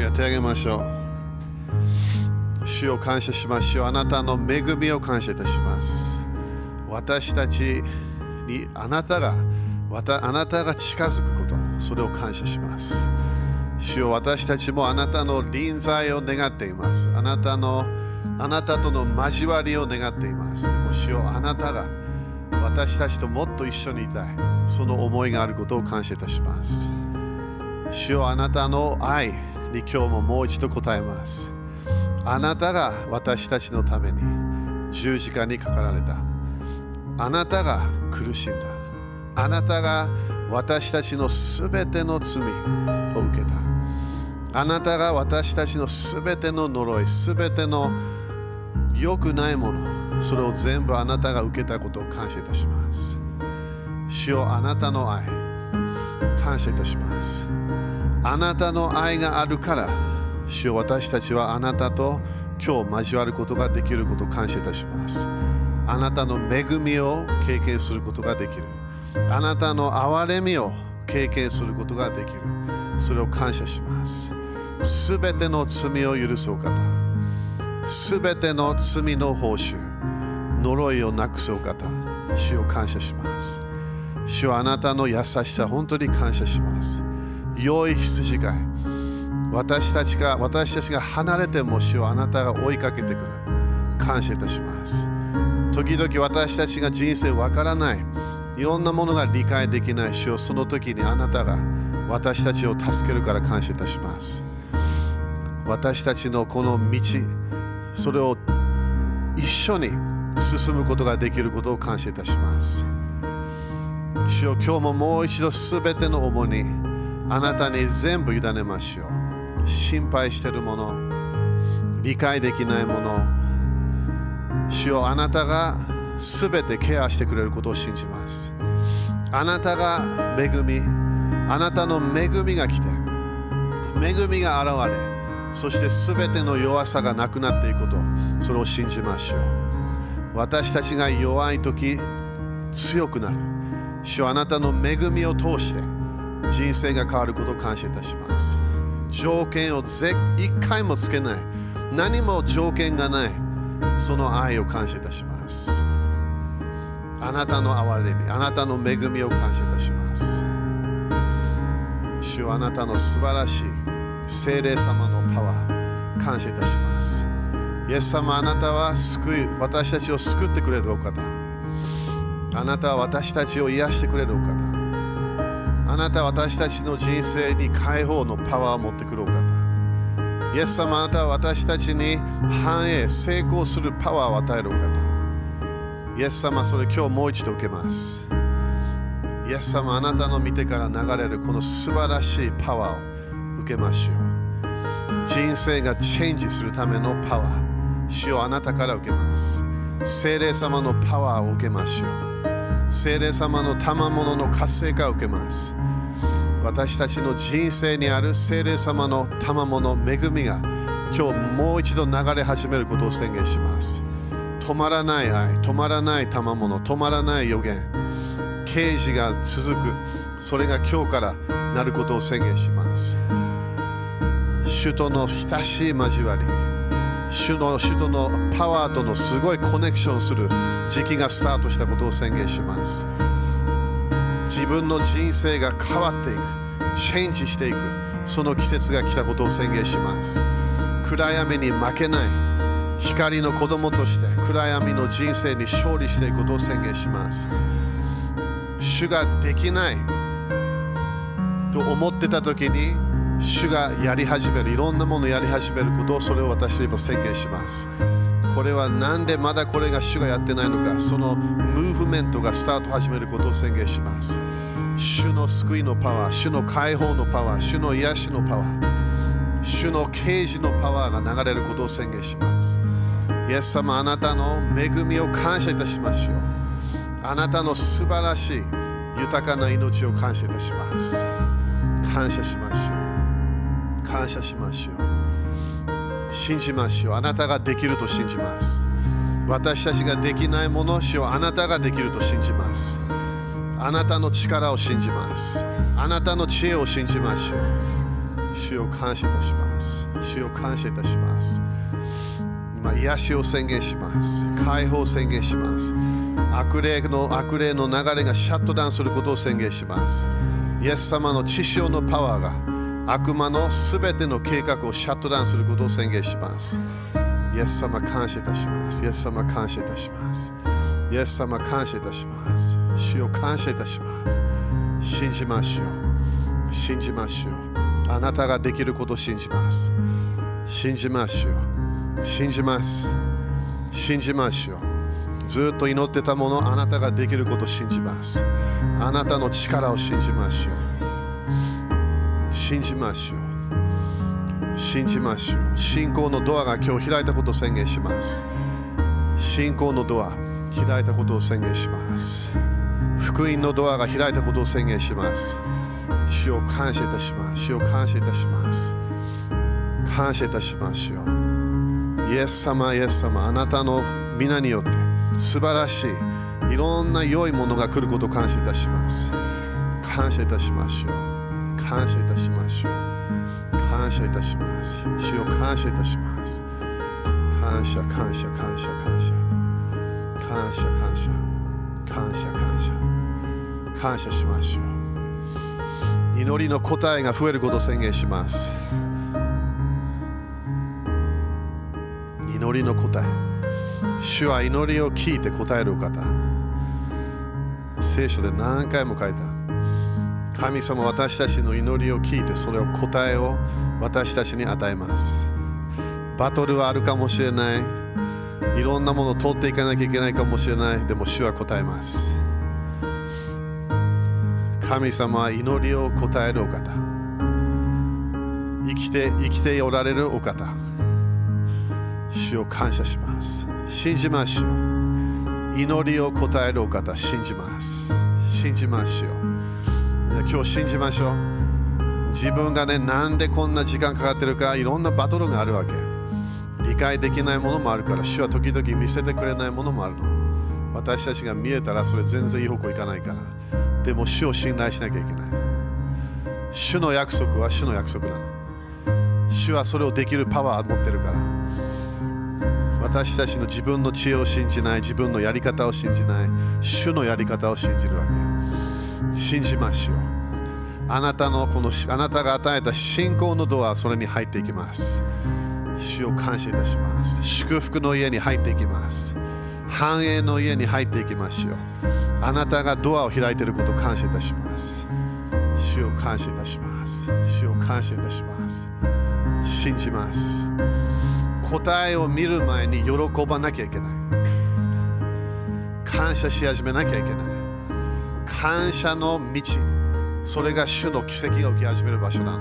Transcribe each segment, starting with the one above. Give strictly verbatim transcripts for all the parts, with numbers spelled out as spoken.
レア手を挙げましょう。主を感謝しましょう。あなたの恵みを感謝いたします。私たちにあなたが、あなたが近づくこと、それを感謝します。主よ、私たちもあなたの臨在を願っています。あなたの、あなたとの交わりを願っています。でも主よ、あなたが私たちともっと一緒にいたい、その思いがあることを感謝いたします。主よ、あなたの愛に今日ももう一度答えます。あなたが私たちのために十字架にかかられた。あなたが苦しんだ。あなたが私たちのすべての罪を受けた。あなたが私たちのすべての呪い、すべての良くないもの、それを全部あなたが受けたことを感謝いたします。主よ、あなたの愛、感謝いたします。あなたの愛があるから、主よ、私たちはあなたと今日交わることができることを感謝いたします。あなたの恵みを経験することができる。あなたの憐れみを経験することができる。それを感謝します。すべての罪を許すお方、すべての罪の報酬、呪いをなくすお方、主を感謝します。主はあなたの優しさ、本当に感謝します。良い羊飼い、私たちが私たちが離れても主をあなたが追いかけてくる。感謝いたします。時々私たちが人生わからない、いろんなものが理解できない主を、その時にあなたが私たちを助けるから感謝いたします。私たちのこの道、それを一緒に進むことができることを感謝いたします。主よ、今日ももう一度すべての重荷、あなたに全部委ねましょう。心配しているもの、理解できないもの、主よ、あなたがすべてケアしてくれることを信じます。あなたが恵み、あなたの恵みが来て、恵みが現れ、そしてすべての弱さがなくなっていくこと、それを信じましょう。私たちが弱いとき、強くなる。主よ、あなたの恵みを通して人生が変わることを感謝いたします。条件をぜ一回もつけない、何も条件がない、その愛を感謝いたします。あなたの憐れみ、あなたの恵みを感謝いたします。主はあなたの素晴らしい聖霊様のパワー、感謝いたします。イエス様、あなたは救い、私たちを救ってくれるお方。あなたは私たちを癒してくれるお方。あなたは私たちの人生に解放のパワーを持ってくるお方。イエス様、あなたは私たちに繁栄、成功するパワーを与えるお方。イエス様、それ今日もう一度受けます。イエス様、あなたの見てから流れるこの素晴らしいパワーを受けましょう。人生がチェンジするためのパワー、主をあなたから受けます。聖霊様のパワーを受けましょう。聖霊様の賜物の活性化を受けます。私たちの人生にある聖霊様の賜物、恵みが今日もう一度流れ始めることを宣言します。止まらない愛、止まらない賜物、止まらない予言、啓示が続く、それが今日からなることを宣言します。主との親しい交わり、主の主とのパワーとのすごいコネクションする時期がスタートしたことを宣言します。自分の人生が変わっていく、チェンジしていく、その季節が来たことを宣言します。暗闇に負けない、光の子供として暗闇の人生に勝利していくことを宣言します。主ができないと思ってた時に、主がやり始める、いろんなものをやり始めることを、それを私は今宣言します。これはなんでまだこれが主がやってないのか、そのムーブメントがスタート始めることを宣言します。主の救いのパワー、主の解放のパワー、主の癒しのパワー、主の啓示のパワーが流れることを宣言します。イエス様、あなたの恵みを感謝いたしましょう。あなたの素晴らしい豊かな命を感謝いたします。感謝しましょう。感謝しましょう。信じましょう。あなたができると信じます。私たちができないものを、主よ、あなたができると信じます。あなたの力を信じます。あなたの知恵を信じましょう。 主を感謝いたします。主を感謝いたします。今、癒しを宣言します。解放を宣言します。悪霊の悪霊の流れがシャットダウンすることを宣言します。イエス様の血潮のパワーが悪魔のすべての計画をシャットダウンすることを宣言します。イエス様感謝いたします。イエス様感謝いたします。イエス様感謝いたします。主を感謝いたします。信じましょう。信じましょう。あなたができることを信じます。信じましょう。信じます。信じましょう。ずっと祈ってたもの、あなたができることを信じます。あなたの力を信じましょう。信じましょう。信じましょう。信仰のドアが今日開いたことを宣言します。信仰のドア、開いたことを宣言します。福音のドアが開いたことを宣言します。主を感謝いたします。主を感謝いたします。感謝いたしましょう。イエス様、イエス様、あなたの皆によって素晴らしい、いろんな良いものが来ることを感謝いたします。感謝いたしましょう。感謝いたしましょう。感謝いたします。主を感謝いたします。感謝、感謝、感謝、感謝。感謝、感謝。感謝、感謝。感謝しましょう。祈りの答えが増えることを宣言します。祈りの答え。主は祈りを聞いて答えるお方。聖書で何回も書いた。神様、私たちの祈りを聞いて、それを答えを私たちに与えます。バトルはあるかもしれない。いろんなものを通っていかなきゃいけないかもしれない。でも主は答えます。神様は祈りを答えるお方。生きて、生きておられるお方。主を感謝します。信じましょう。祈りを答えるお方、信じます。信じましょう。今日信じましょう。自分がね、なんでこんな時間かかってるか、いろんなバトルがあるわけ。理解できないものもあるから、主は時々見せてくれないものもあるの。私たちが見えたらそれ全然いい方向いかないから。でも主を信頼しなきゃいけない。主の約束は主の約束なの。主はそれをできるパワーを持ってるから。私たちの自分の知恵を信じない、自分のやり方を信じない、主のやり方を信じるわけ。信じましょう。あなたのこのあなたが与えた信仰のドアはそれに入っていきます。主を感謝いたします。祝福の家に入っていきます。繁栄の家に入っていきましょう。あなたがドアを開いていることを感謝いたします。主を感謝いたします。主を感謝いたします。信じます。答えを見る前に喜ばなきゃいけない。感謝し始めなきゃいけない。感謝の道、それが主の奇跡が起き始める場所なの。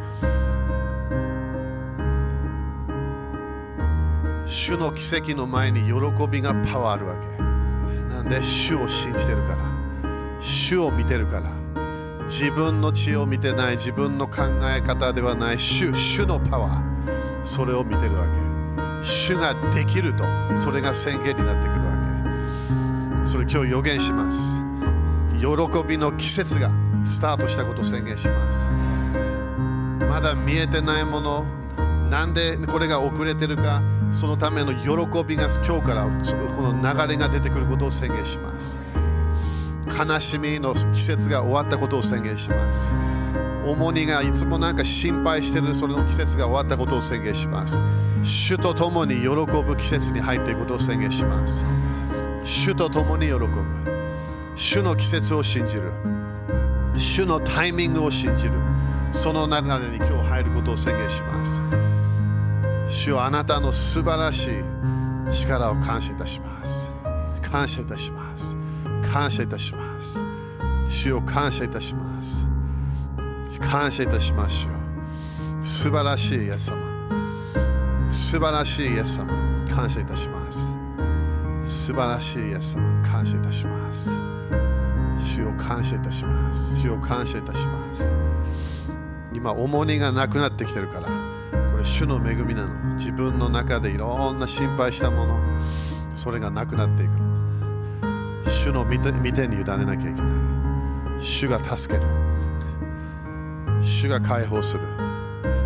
主の奇跡の前に喜びがパワーあるわけ。なんで主を信じてるから。主を見てるから。自分の知恵を見てない、自分の考え方ではない、主、主のパワー、それを見てるわけ。主ができると、それが宣言になってくるわけ。それ今日予言します。喜びの季節がスタートしたことを宣言します。まだ見えてないもの、なんでこれが遅れてるか、そのための喜びが今日からこの流れが出てくることを宣言します。悲しみの季節が終わったことを宣言します。重荷がいつもなんか心配しているそれの季節が終わったことを宣言します。主と共に喜ぶ季節に入っていくことを宣言します。主と共に喜ぶ。主の季節を信じる。主のタイミングを信じる。その流れに今日入ることを宣言します。主はあなたの素晴らしい力を感謝いたします。感謝いたします。感謝いたします。主を感謝いたします。感謝いたしましょう。素晴らしいイエス様。素晴らしいイエス様。感謝いたします。素晴らしいイエス様。感謝いたします。主を感謝いたします。主を感謝いたします。今、重荷がなくなってきてるから、これ主の恵みなの。自分の中でいろんな心配したもの、それがなくなっていくの。主の御手に委ねなきゃいけない。主が助ける。主が解放する。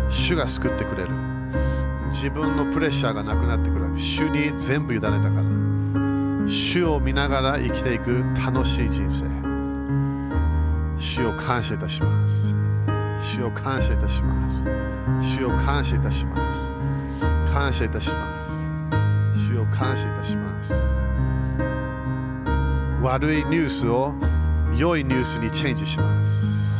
主が救ってくれる。自分のプレッシャーがなくなってくるわけ。主に全部委ねたから。主を見ながら生きていく楽しい人生。主を感謝いたします。主を感謝いたします。主を感謝いたします。感謝いたします。主を感謝いたします。悪いニュースを良いニュースにチェンジします。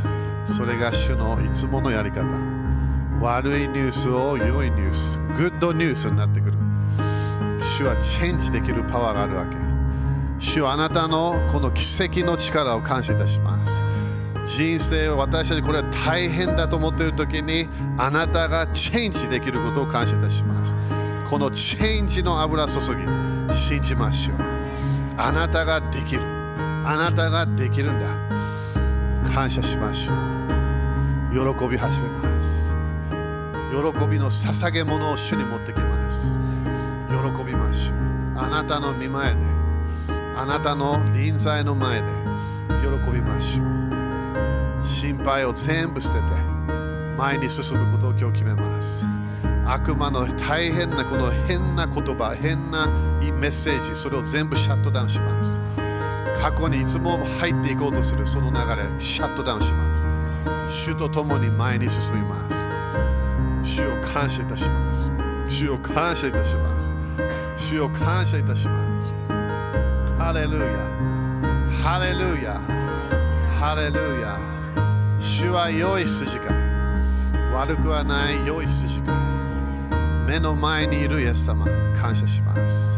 それが主のいつものやり方。悪いニュースを良いニュース、グッドニュースになってくる。主はチェンジできるパワーがあるわけ。主はあなたのこの奇跡の力を感謝いたします。人生を私たちこれは大変だと思っているときにあなたがチェンジできることを感謝いたします。このチェンジの油注ぎ信じましょう。あなたができる。あなたができるんだ。感謝しましょう。喜び始めます。喜びの捧げ物を主に持ってきます。喜びましょう。あなたの御前で、あなたの臨在の前で喜びましょう。心配を全部捨てて前に進むことを今日決めます。悪魔の大変なこの変な言葉、変なメッセージ、それを全部シャットダウンします。過去にいつも入っていこうとするその流れ、シャットダウンします。主と共に前に進みます。主を感謝いたします。主を感謝いたします。主を感謝いたします。ハレルヤ、ハレルヤ、ハレルヤ。主は良い筋が悪くはない良い筋が目の前にいるイエス様、感謝します。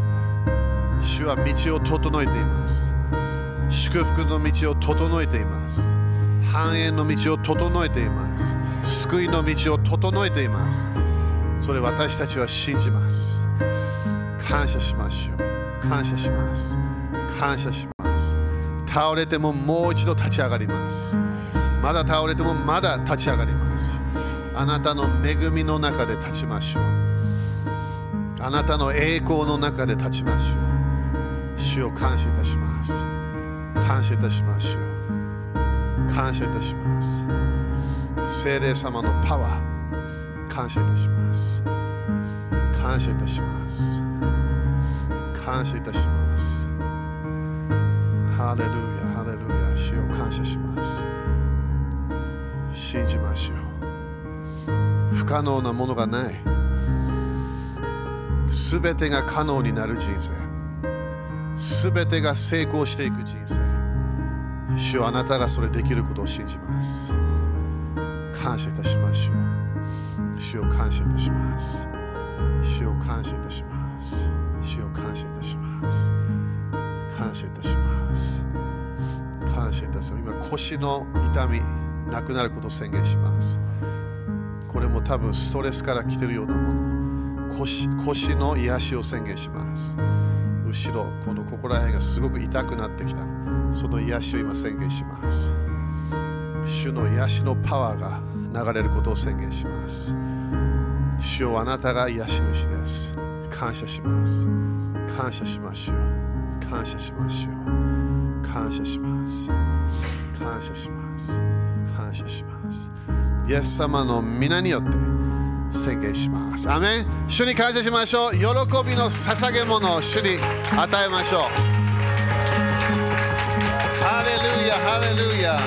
主は道を整えています。祝福の道を整えています。繁栄の道を整えています。救いの道を整えています。それ私たちは信じます。感謝しましょう。感謝します。感謝します。倒れてももう一度立ち上がります。まだ倒れてもまだ立ち上がります。あなたの恵みの中で立ちましょう。あなたの栄光の中で立ちましょう。主を感謝いたします。感謝いたしましょう。感謝いたします。聖霊様のパワー、感謝いたします。感謝いたします。感謝いたします。ハレルヤ、ハレルヤ。主を感謝します。信じましょう。不可能なものがない。すべてが可能になる人生。すべてが成功していく人生。主はあなたがそれできることを信じます。感謝いたしましょう。主を感謝いたします。主を感謝いたします。主を感謝いたします。感謝いたします。感謝いたします。今腰の痛みなくなることを宣言します。これも多分ストレスから来ているようなもの。腰、腰の癒しを宣言します。後ろ、このここら辺がすごく痛くなってきた。その癒しを今宣言します。主の癒しのパワーが流れることを宣言します。主よ、あなたが癒し主です。感謝します。感謝しましょう。感謝しましょう。感謝します。感謝します。感謝します。イエス様の皆によって宣言します。アメン。主に感謝しましょう。喜びの捧げ物を主に与えましょう。ハレルヤ、ハレルヤ。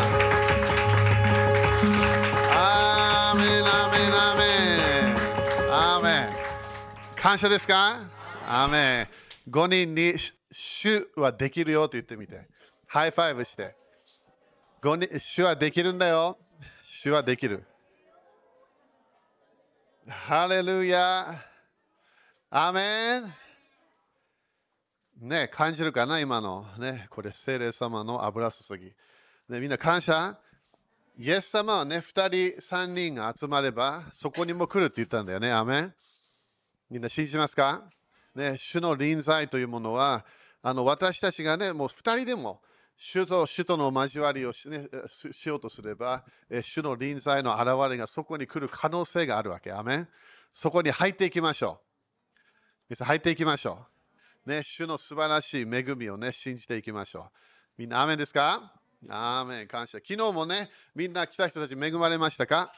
アーメン、アーメン、アーメン。アーメン。感謝ですか？アーメン。ごにんに主はできるよと言ってみて。ハイファイブして。ごにん、主はできるんだよ。主はできる。ハレルヤ。アーメン。ね、感じるかな今の。ね、これ、聖霊様の油注ぎ。ね、みんな感謝。イエス様はね、ふたり、さんにんが集まれば、そこにも来るって言ったんだよね。アーメン。みんな信じますか？ね、主の臨在というものは、あの私たちがね、もうふたりでも、主と主との交わりをし、ね、しようとすれば、主の臨在の現れがそこに来る可能性があるわけ。アメン。そこに入っていきましょう。入っていきましょう。ね、主の素晴らしい恵みをね、信じていきましょう。みんな、アメンですか？アーメン。感謝。昨日もね、みんな来た人たち恵まれましたか？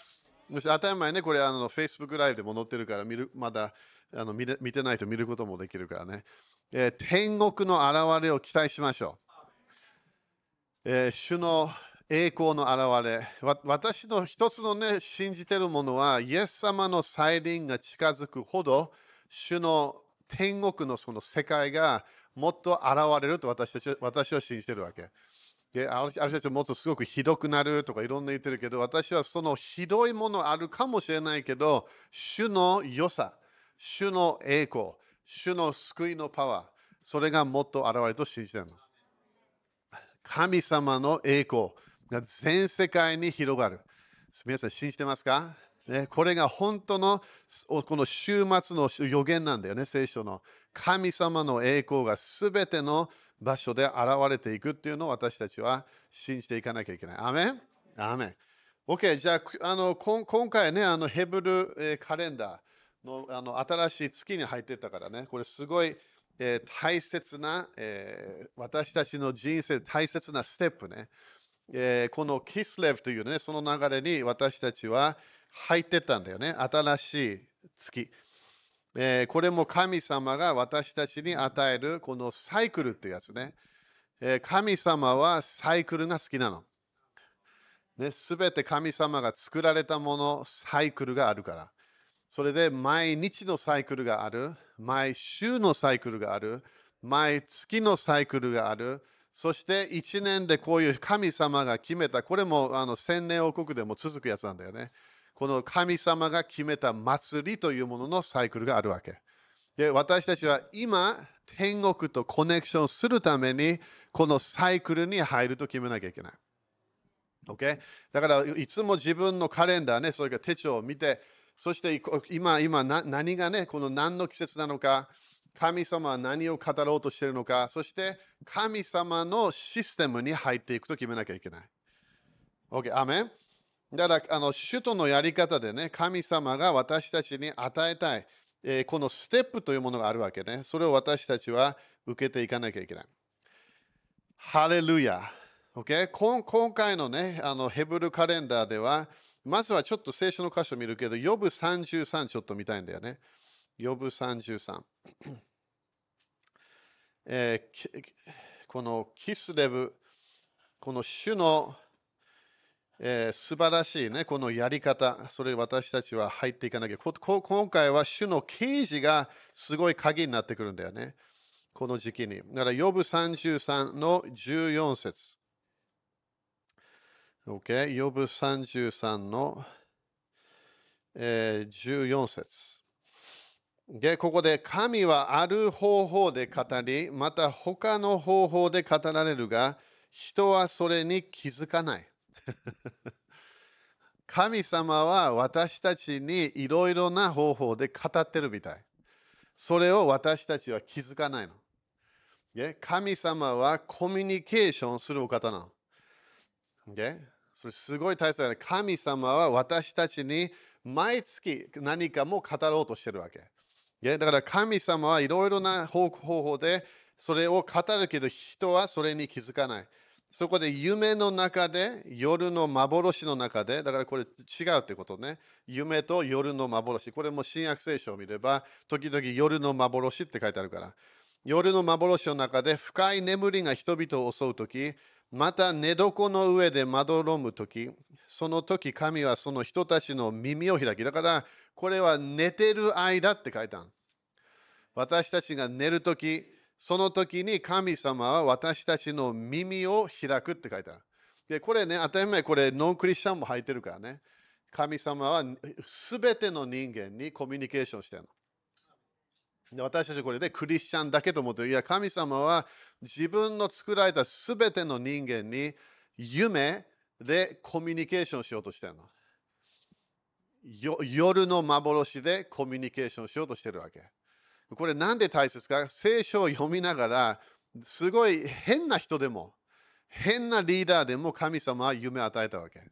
もし当たり前ね、これあの Facebook ライブでも載ってるから見る、まだあの見れ見てないと見ることもできるからね。えー天国の現れを期待しましょう。えー主の栄光の現れ。わ私の一つのね、信じてるものは、イエス様の再臨が近づくほど、主の天国のその世界がもっと現れると私たち私は信じてるわけ。である人たちはもっとすごくひどくなるとかいろんな言ってるけど、私はそのひどいものあるかもしれないけど、主の良さ、主の栄光、主の救いのパワー、それがもっと現れると信じてるの。神様の栄光が全世界に広がる。皆さん信じてますか？ね、これが本当のこの週末の予言なんだよね、聖書の。神様の栄光がすべての場所で現れていくっていうのを私たちは信じていかなきゃいけない。アメン？アメン。OK、じゃあ、あのこん今回ね、あのヘブル、えーカレンダーの、あの新しい月に入ってたからね、これすごい、えー大切な、えー私たちの人生大切なステップね。えーこのキスレブというね、その流れに私たちは入ってたんだよね。新しい月。えーこれも神様が私たちに与えるこのサイクルっていうやつね。えー神様はサイクルが好きなの。ね、すべて神様が作られたもの、サイクルがあるから。それで毎日のサイクルがある、毎週のサイクルがある、毎月のサイクルがある、そしていちねんでこういう神様が決めた、これもあの千年王国でも続くやつなんだよね。この神様が決めた祭りというもののサイクルがあるわけ。で、私たちは今、天国とコネクションするために、このサイクルに入ると決めなきゃいけない。Okay? だからいつも自分のカレンダーね、それから手帳を見て、そして今、今何がね、この何の季節なのか、神様は何を語ろうとしているのか、そして神様のシステムに入っていくと決めなきゃいけない。OK、アメン。だからあの首都のやり方でね、神様が私たちに与えたい、えーこのステップというものがあるわけね。それを私たちは受けていかなきゃいけない。ハレルヤ。Okay? 今今回のね、あのヘブルカレンダーでは、まずはちょっと聖書の箇所を見るけど、ヨブさんじゅうさんちょっと見たいんだよね。ヨブさんじゅうさん。えーきこのキスレブ、この主の、えー素晴らしいね、このやり方、それ私たちは入っていかなきゃ。ここ今回は主の啓示がすごい鍵になってくるんだよね。この時期に。だから、ヨブさんじゅうさんのじゅうよん節。OK、ヨブさんじゅうさんの、えーじゅうよん節。で、ここで神はある方法で語り、また他の方法で語られるが、人はそれに気づかない。神様は私たちにいろいろな方法で語ってるみたい。それを私たちは気づかないの。で神様はコミュニケーションするお方なの。でそれすごい大切な。神様は私たちに毎月何かも語ろうとしてるわけ。だから神様はいろいろな方法でそれを語るけど人はそれに気づかない。そこで夢の中で夜の幻の中で、だからこれ違うってことね。夢と夜の幻。これも新約聖書を見れば時々夜の幻って書いてあるから。夜の幻の中で深い眠りが人々を襲うとき、また寝床の上でまどろむとき、その時神はその人たちの耳を開き、だからこれは寝てる間って書いてある。私たちが寝るとき、その時に神様は私たちの耳を開くって書いてある。で、これね、当たり前これノンクリスチャンも入ってるからね。神様はすべての人間にコミュニケーションしてるの。で私たちこれでクリスチャンだけと思ってる。いや、神様は自分の作られたすべての人間に夢でコミュニケーションしようとしてるの。よ夜の幻でコミュニケーションしようとしてるわけ。これなんで大切か？聖書を読みながら、すごい変な人でも、変なリーダーでも神様は夢を与えたわけ。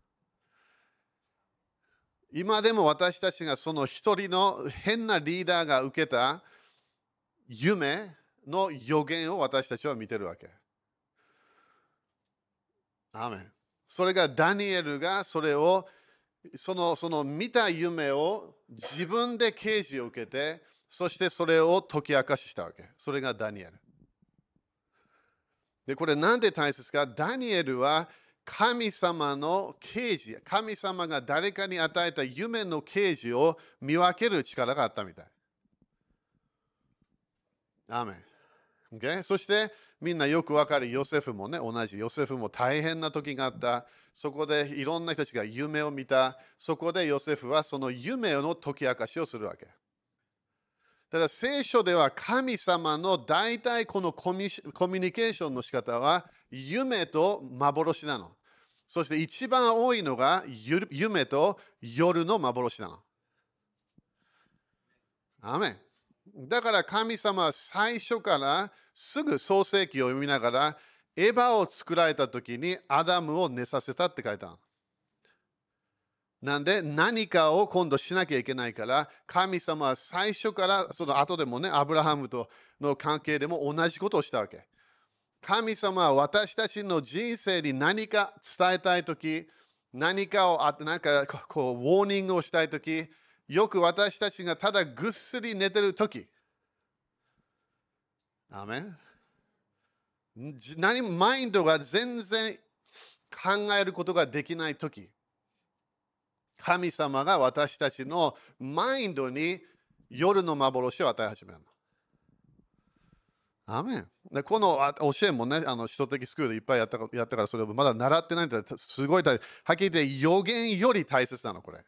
今でも私たちがその一人の変なリーダーが受けた夢の予言を私たちは見てるわけ。アーメン。それがダニエルがそれをその、その見た夢を自分で啓示を受けて、そしてそれを解き明かししたわけ。それがダニエル。で、これなんで大切か？ダニエルは神様の啓示、神様が誰かに与えた夢の啓示を見分ける力があったみたい。アーメン。Okay? そしてみんなよくわかるヨセフもね、同じ。ヨセフも大変な時があった。そこでいろんな人たちが夢を見た。そこでヨセフはその夢の解き明かしをするわけ。ただ聖書では神様の大体このコミュニケーションの仕方は夢と幻なの。そして一番多いのが夢と夜の幻なの。アーメン。だから神様は最初からすぐ創世記を読みながらエヴァを作られた時にアダムを寝させたって書いたの。なんで何かを今度しなきゃいけないから神様は最初からその後でもねアブラハムとの関係でも同じことをしたわけ。神様は私たちの人生に何か伝えたいとき、何かをなんかこうウォーニングをしたいとき、よく私たちがただぐっすり寝てるとき、アメン。何もマインドが全然考えることができないとき、神様が私たちのマインドに夜の幻を与え始めるの。アーメン。でこの教えもね、あの首都的スクールでいっぱいやったやったから、それをまだ習ってないんだったら、すごい大、はっきり言って予言より大切なの、これ。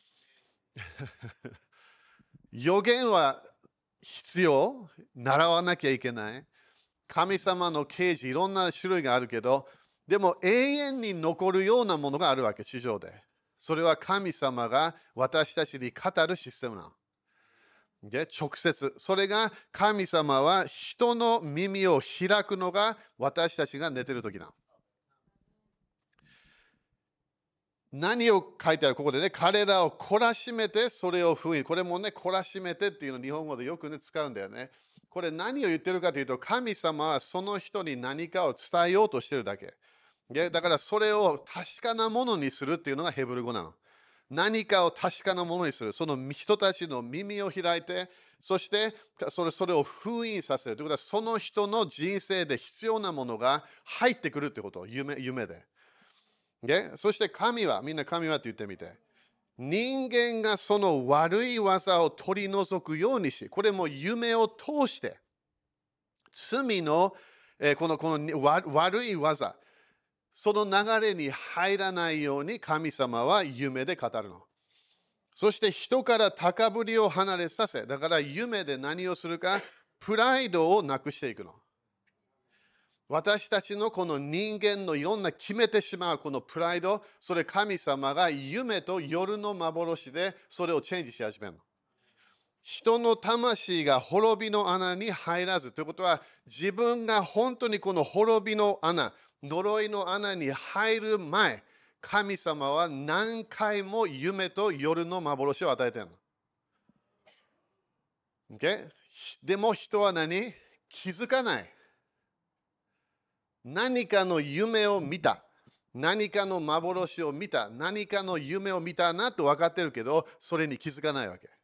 予言は必要、習わなきゃいけない。神様の啓示、いろんな種類があるけど、でも永遠に残るようなものがあるわけ、地上で。それは神様が私たちに語るシステムなの。で直接。それが神様は人の耳を開くのが私たちが寝てるときなの。何を書いてあるここでね、彼らを懲らしめてそれを封印。これもね、懲らしめてっていうのを日本語でよくね、使うんだよね。これ何を言ってるかというと、神様はその人に何かを伝えようとしてるだけ。でだからそれを確かなものにするっていうのがヘブル語なの。何かを確かなものにする。その人たちの耳を開いて、そしてそれそれを封印させるということは、その人の人生で必要なものが入ってくるということ、夢、夢で。でそして神は、みんな神はって言ってみて。人間がその悪い技を取り除くようにし、これも夢を通して、罪の、えー、この、この悪い技、その流れに入らないように神様は夢で語るの。そして人から高ぶりを離れさせ、だから夢で何をするか、プライドをなくしていくの。私たちのこの人間のいろんな決めてしまうこのプライド、それ神様が夢と夜の幻でそれをチェンジし始めるの。人の魂が滅びの穴に入らずということは、自分が本当にこの滅びの穴、呪いの穴に入る前、神様は何回も夢と夜の幻を与えているの。Okay? でも人は何？気づかない。何かの夢を見た。何かの幻を見た。何かの夢を見たなと分かってるけど、それに気づかないわけ。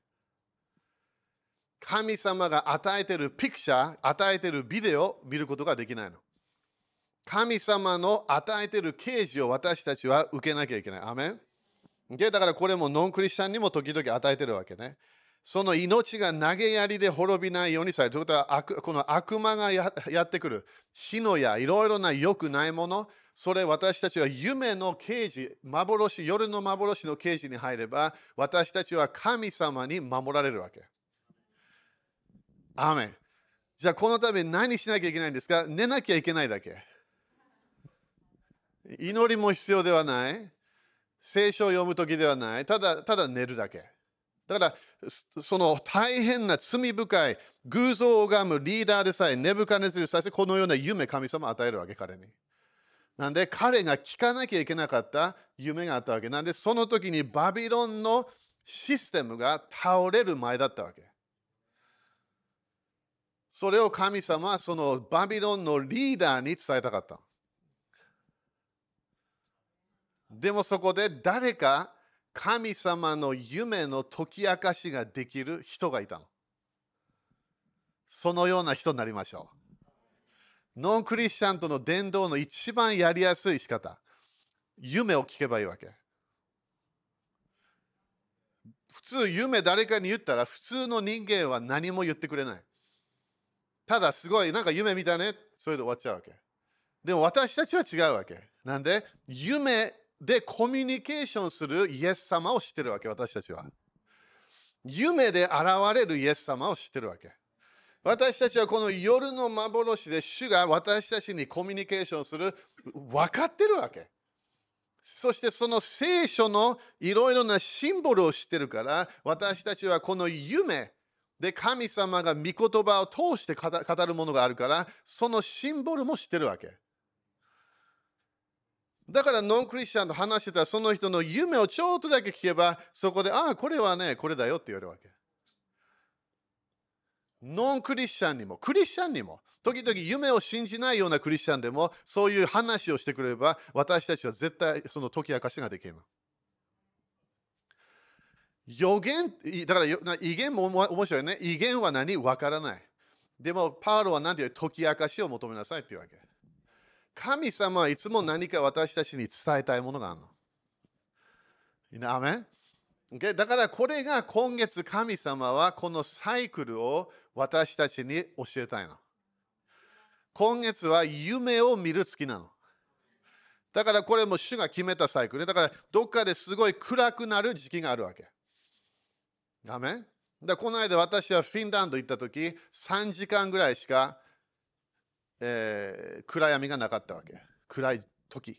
神様が与えているピクチャー、与えているビデオを見ることができないの。神様の与えている啓示を私たちは受けなきゃいけない。アメン。だからこれもノンクリスチャンにも時々与えているわけね。その命が投げやりで滅びないようにされる。ということは悪、この悪魔が や, やってくる火の矢、いろいろな良くないもの、それ私たちは夢の啓示、幻、夜の幻の啓示に入れば、私たちは神様に守られるわけ。アーメン。じゃあこのために何しなきゃいけないんですか？寝なきゃいけないだけ。祈りも必要ではない。聖書を読むときではない。ただ、ただ寝るだけ。だから、その大変な罪深い偶像を拝むリーダーでさえ、ネブカネズルさえこのような夢、神様を与えるわけ、彼に。なんで、彼が聞かなきゃいけなかった夢があったわけ。なんで、その時にバビロンのシステムが倒れる前だったわけ。それを神様はそのバビロンのリーダーに伝えたかった。でもそこで誰か神様の夢の解き明かしができる人がいたの。そのような人になりましょう。ノンクリスチャンとの伝道の一番やりやすい仕方。夢を聞けばいいわけ。普通、夢誰かに言ったら、普通の人間は何も言ってくれない。ただ、すごい、なんか夢見たね、それで終わっちゃうわけ。でも私たちは違うわけ。なんで、夢でコミュニケーションするイエス様を知ってるわけ、私たちは。夢で現れるイエス様を知ってるわけ。私たちはこの夜の幻で主が私たちにコミュニケーションする、分かってるわけ。そしてその聖書のいろいろなシンボルを知ってるから、私たちはこの夢で神様が御言葉を通して語るものがあるから、そのシンボルも知ってるわけ。だからノンクリスチャンと話してたら、その人の夢をちょっとだけ聞けば、そこで、ああ、これはね、これだよって言われるわけ。ノンクリスチャンにも、クリスチャンにも、時々夢を信じないようなクリスチャンでも、そういう話をしてくれれば、私たちは絶対その解き明かしができる。予言、だから異言も面白いね。異言は何？わからない。でも、パウロは何て言う？解き明かしを求めなさいっていうわけ。神様はいつも何か私たちに伝えたいものがあるの。アメン？Okay? だからこれが今月神様はこのサイクルを私たちに教えたいの。今月は夢を見る月なの。だからこれも主が決めたサイクル。だからどっかですごい暗くなる時期があるわけ。アメン？だこの間私はフィンランド行った時さんじかんぐらいしか、えー、暗闇がなかったわけ。暗い時。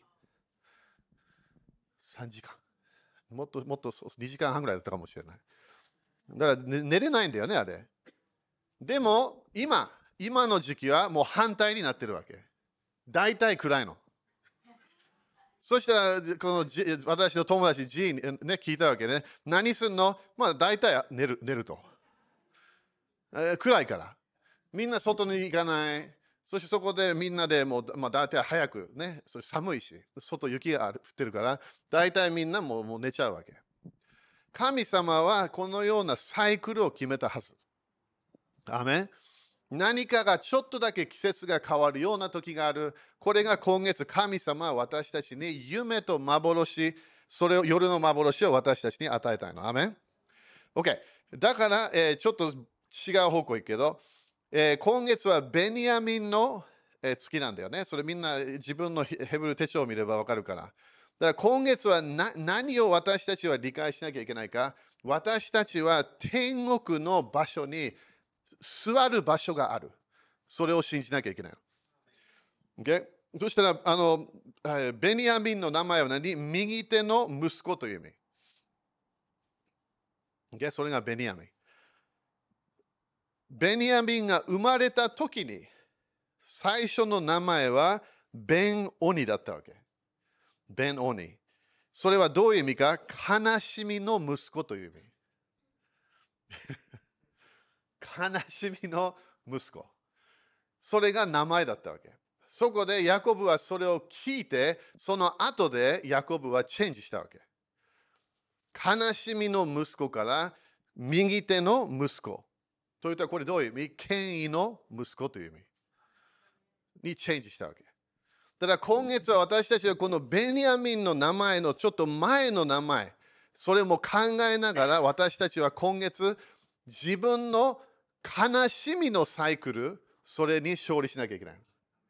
さんじかん。もっともっとにじかんはんぐらいだったかもしれない。だから、ね、寝れないんだよね、あれ。でも、今、今の時期はもう反対になってるわけ。大体暗いの。そしたら、この私の友達 G に、ね、聞いたわけね。何すんの？まあ、大体寝る、寝ると、えー。暗いから。みんな外に行かない。そしてそこでみんなでもう、まあ、大体早くね、それ寒いし、外雪が降ってるから、大体みんなもう、もう寝ちゃうわけ。神様はこのようなサイクルを決めたはず。アメン。何かがちょっとだけ季節が変わるような時がある。これが今月神様は私たちに夢と幻、それを夜の幻を私たちに与えたいの。アメン。OK。だから、えー、ちょっと違う方向行くけど、えー、今月はベニヤミンの、えー、月なんだよね。それみんな自分のヘブル手帳を見ればわかるから。だから今月はな何を私たちは理解しなきゃいけないか。私たちは天国の場所に座る場所がある。それを信じなきゃいけない。Okay? そしたらあの、ベニヤミンの名前は何？右手の息子という意味。Okay? それがベニヤミン。ベニヤミンが生まれた時に最初の名前はベンオニだったわけ。ベンオニ。それはどういう意味か？悲しみの息子という意味。悲しみの息子。それが名前だったわけ。そこでヤコブはそれを聞いて、その後でヤコブはチェンジしたわけ。悲しみの息子から右手の息子。というとこれどういう意味？権威の息子という意味にチェンジしたわけ。ただ今月は私たちはこのベニヤミンの名前のちょっと前の名前、それも考えながら私たちは今月自分の悲しみのサイクル、それに勝利しなきゃいけない。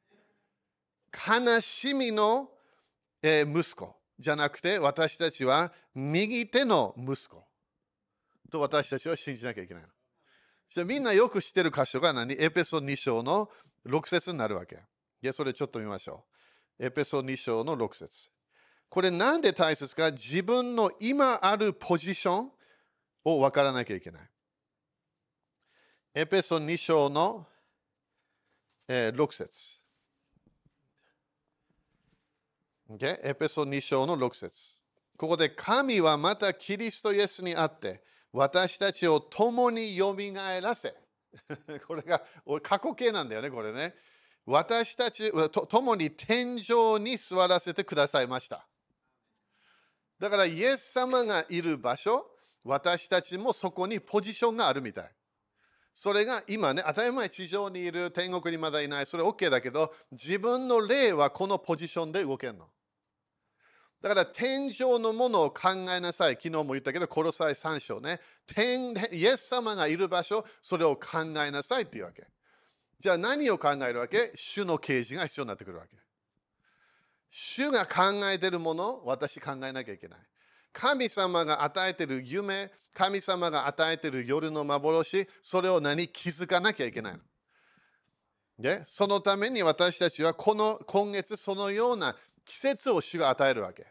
悲しみの、えー、息子じゃなくて私たちは右手の息子と私たちは信じなきゃいけない。みんなよく知ってる箇所が何？エペソに章のろく節になるわけ。で、それちょっと見ましょう。エペソに章のろく節。これなんで大切か？自分の今あるポジションを分からなきゃいけない。エペソに章の、えー、ろく節。Okay? エペソに章のろく節。ここで神はまたキリストイエスにあって私たちを共によみがえらせ。これが過去形なんだよね、これね。私たちと共に天井に座らせてくださいました。 だからイエス様がいる場所、私たちもそこにポジションがあるみたい。それが今ね、当たり前地上にいる、天国にまだいない、それ OK だけど、自分の霊はこのポジションで動けるの。だから天井のものを考えなさい。昨日も言ったけど、コロサイさん章ね。天イエス様がいる場所、それを考えなさいっていうわけ。じゃあ何を考えるわけ？主の啓示が必要になってくるわけ。主が考えているもの、私考えなきゃいけない。神様が与えている夢、神様が与えている夜の幻、それを何気づかなきゃいけないの。で、そのために私たちはこの今月そのような季節を主が与えるわけ。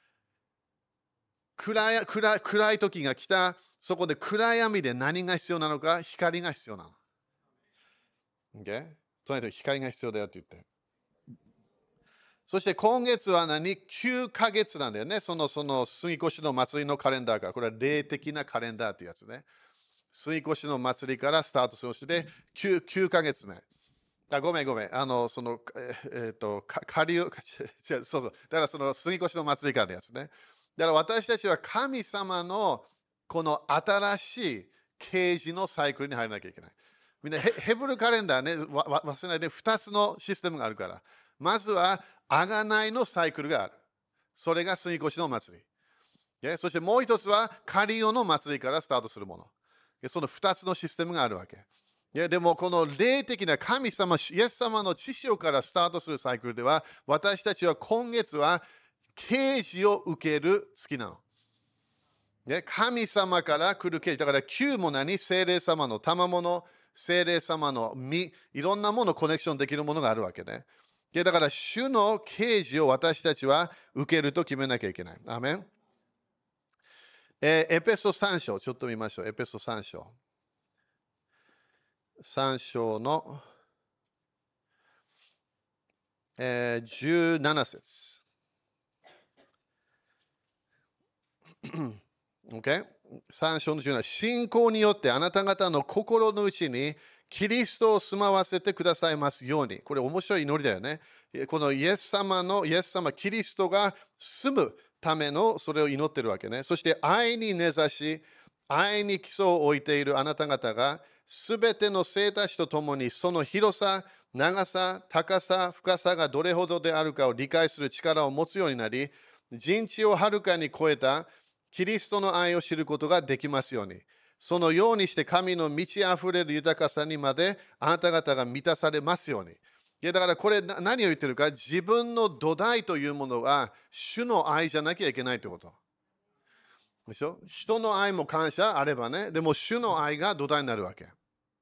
暗い、暗い、暗い時が来た、そこで暗闇で何が必要なのか、光が必要なの。Okay? とにかく光が必要だよって言って。そして今月は何 ?きゅう ヶ月なんだよね。その、その、杉越の祭りのカレンダーから。これは霊的なカレンダーってやつね。杉越の祭りからスタートするして 9, 9ヶ月目。あ、ごめんごめん。あの、その、えっ、ー、と、かりゅう、そうそう。だからその杉越の祭りからのやつね。だから私たちは神様のこの新しい啓示のサイクルに入らなきゃいけない。みんなヘ、ヘブルカレンダーね、わ忘れないでふたつのシステムがあるから。まずは、あがないのサイクルがある。それが杉越の祭り。そしてもう一つは、カリオの祭りからスタートするもの。そのふたつのシステムがあるわけ。でも、この霊的な神様、イエス様の知識からスタートするサイクルでは、私たちは今月は、啓示を受ける月なの。神様から来る啓示。だから、きゅうも何？聖霊様の賜物、聖霊様の実、いろんなものコネクションできるものがあるわけね。だから、主の啓示を私たちは受けると決めなきゃいけない。アーメン。えー、エペソさん章、ちょっと見ましょう。エペソさん章。さん章の、えー、じゅうなな節。okay? さん章のじゅうなな。信仰によってあなた方の心の内にキリストを住まわせてくださいますように。これ面白い祈りだよね。このイエス様の、イエス様、キリストが住むためのそれを祈ってるわけね。そして愛に根ざし、愛に基礎を置いているあなた方が、すべての生たちとともにその広さ、長さ、高さ、深さがどれほどであるかを理解する力を持つようになり、人知をはるかに超えたキリストの愛を知ることができますように。そのようにして神の満ち溢れる豊かさにまであなた方が満たされますように。いやだからこれ何を言ってるか、自分の土台というものは主の愛じゃなきゃいけないということ。でしょ？人の愛も感謝あればね、でも主の愛が土台になるわけ。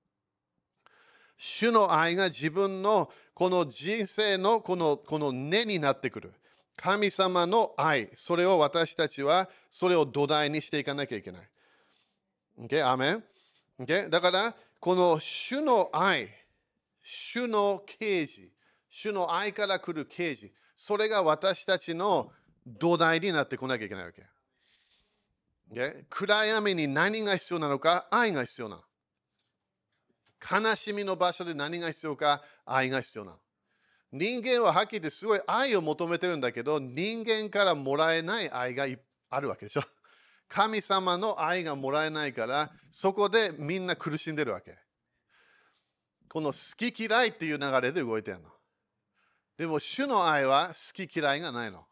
主の愛が自分のこの人生のこの、この根になってくる。神様の愛、それを私たちはそれを土台にしていかなきゃいけない。Okay? アーメン、okay? だから、この主の愛、主の啓示、主の愛から来る啓示、それが私たちの土台になってこなきゃいけないわけ。Okay? 暗闇に何が必要なのか、愛が必要なの。悲しみの場所で何が必要か、愛が必要なの。人間ははっきり言ってすごい愛を求めてるんだけど、人間からもらえない愛があるわけでしょ。神様の愛がもらえないから、そこでみんな苦しんでるわけ。この好き嫌いっていう流れで動いてるの。でも主の愛は好き嫌いがないの。好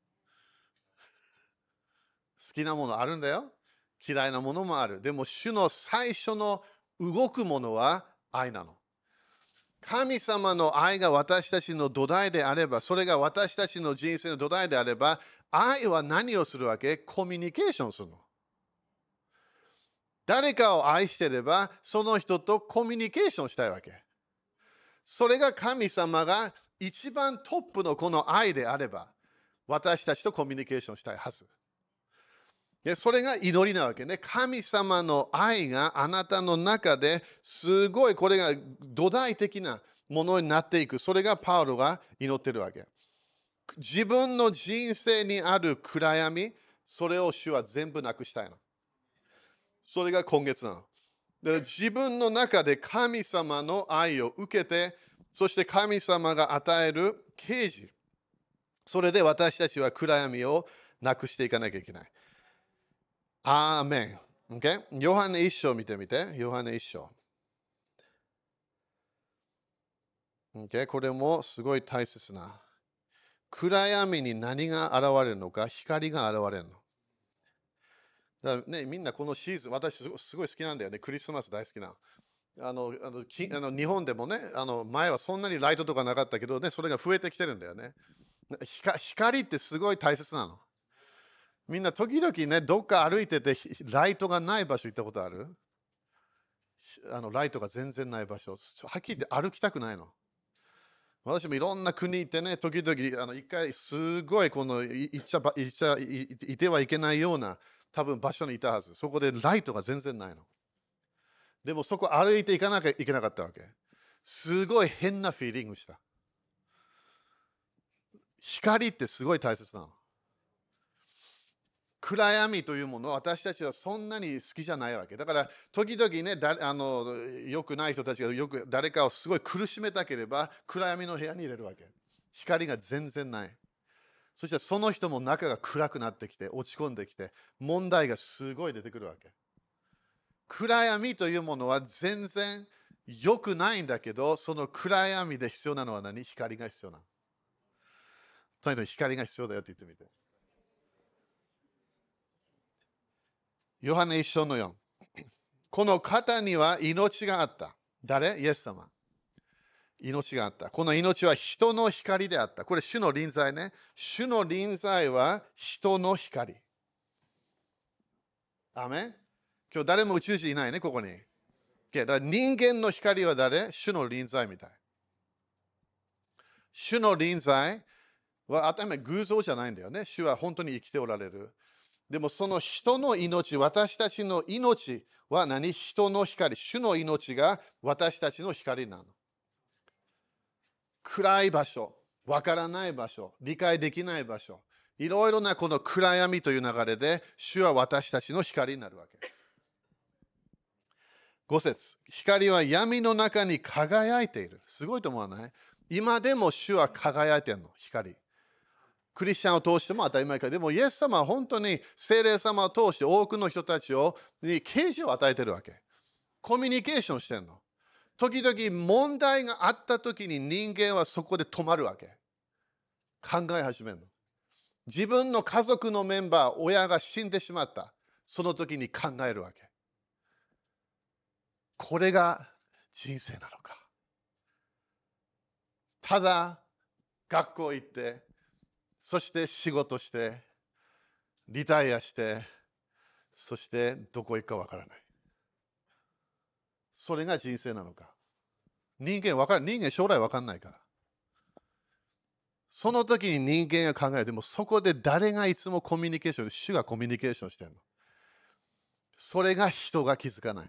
きなものあるんだよ。嫌いなものもある。でも主の最初の動くものは愛なの。神様の愛が私たちの土台であれば、それが私たちの人生の土台であれば、愛は何をするわけ？コミュニケーションするの。誰かを愛していれば、その人とコミュニケーションしたいわけ。それが神様が一番トップのこの愛であれば、私たちとコミュニケーションしたいはず。でそれが祈りなわけね。神様の愛があなたの中ですごいこれが土台的なものになっていく。それがパウロが祈ってるわけ。自分の人生にある暗闇、それを主は全部なくしたいの。それが今月なの。で自分の中で神様の愛を受けて、そして神様が与える啓示。それで私たちは暗闇をなくしていかなきゃいけない。アーメン。Okay? ヨハネ一章見てみて。ヨハネ一章。Okay? これもすごい大切な。暗闇に何が現れるのか、光が現れるの。だからね、みんなこのシーズン、私すごい好きなんだよね。クリスマス大好きな。あのあのきあの日本でもねあの、前はそんなにライトとかなかったけど、ね、それが増えてきてるんだよね。光ってすごい大切なの。みんな時々ね、どっか歩いてて、ライトがない場所行ったことある？あのライトが全然ない場所。はっきり言って歩きたくないの。私もいろんな国行ってね、時々、あの一回すごいこの行っちゃ行っちゃいてはいけないような多分場所にいたはず。そこでライトが全然ないの。でもそこ歩いていかなきゃいけなかったわけ。すごい変なフィーリングした。光ってすごい大切なの。暗闇というものを私たちはそんなに好きじゃないわけ。だから時々ね、だあのよくない人たちがよく誰かをすごい苦しめたければ暗闇の部屋に入れるわけ。光が全然ない。そしてその人も中が暗くなってきて落ち込んできて問題がすごい出てくるわけ。暗闇というものは全然良くないんだけど、その暗闇で必要なのは何？光が必要なの。とにかく光が必要だよって言ってみて。ヨハネ一章のよん。この方には命があった。誰？イエス様。命があった。この命は人の光であった。これ主の臨在ね。主の臨在は人の光。アメン。今日誰も宇宙人いないね、ここに。だから人間の光は誰？主の臨在みたい。主の臨在は当たり前偶像じゃないんだよね。主は本当に生きておられる。でもその人の命、私たちの命は何？人の光。主の命が私たちの光なの。暗い場所、わからない場所、理解できない場所、いろいろなこの暗闇という流れで、主は私たちの光になるわけ。ご節、光は闇の中に輝いている。すごいと思わない？今でも主は輝いているの、光。クリスチャンを通しても当たり前か。でもイエス様は本当に聖霊様を通して多くの人たちをに啓示を与えているわけ。コミュニケーションしてるの。時々問題があった時に人間はそこで止まるわけ。考え始めるの。自分の家族のメンバー、親が死んでしまった。その時に考えるわけ。これが人生なのか。ただ学校行って、そして仕事して、リタイアして、そしてどこ行くかわからない。それが人生なのか。人間わかる、人間将来わかんないから。その時に人間が考える。でもそこで誰がいつもコミュニケーション、主がコミュニケーションしてるの。それが人が気づかない。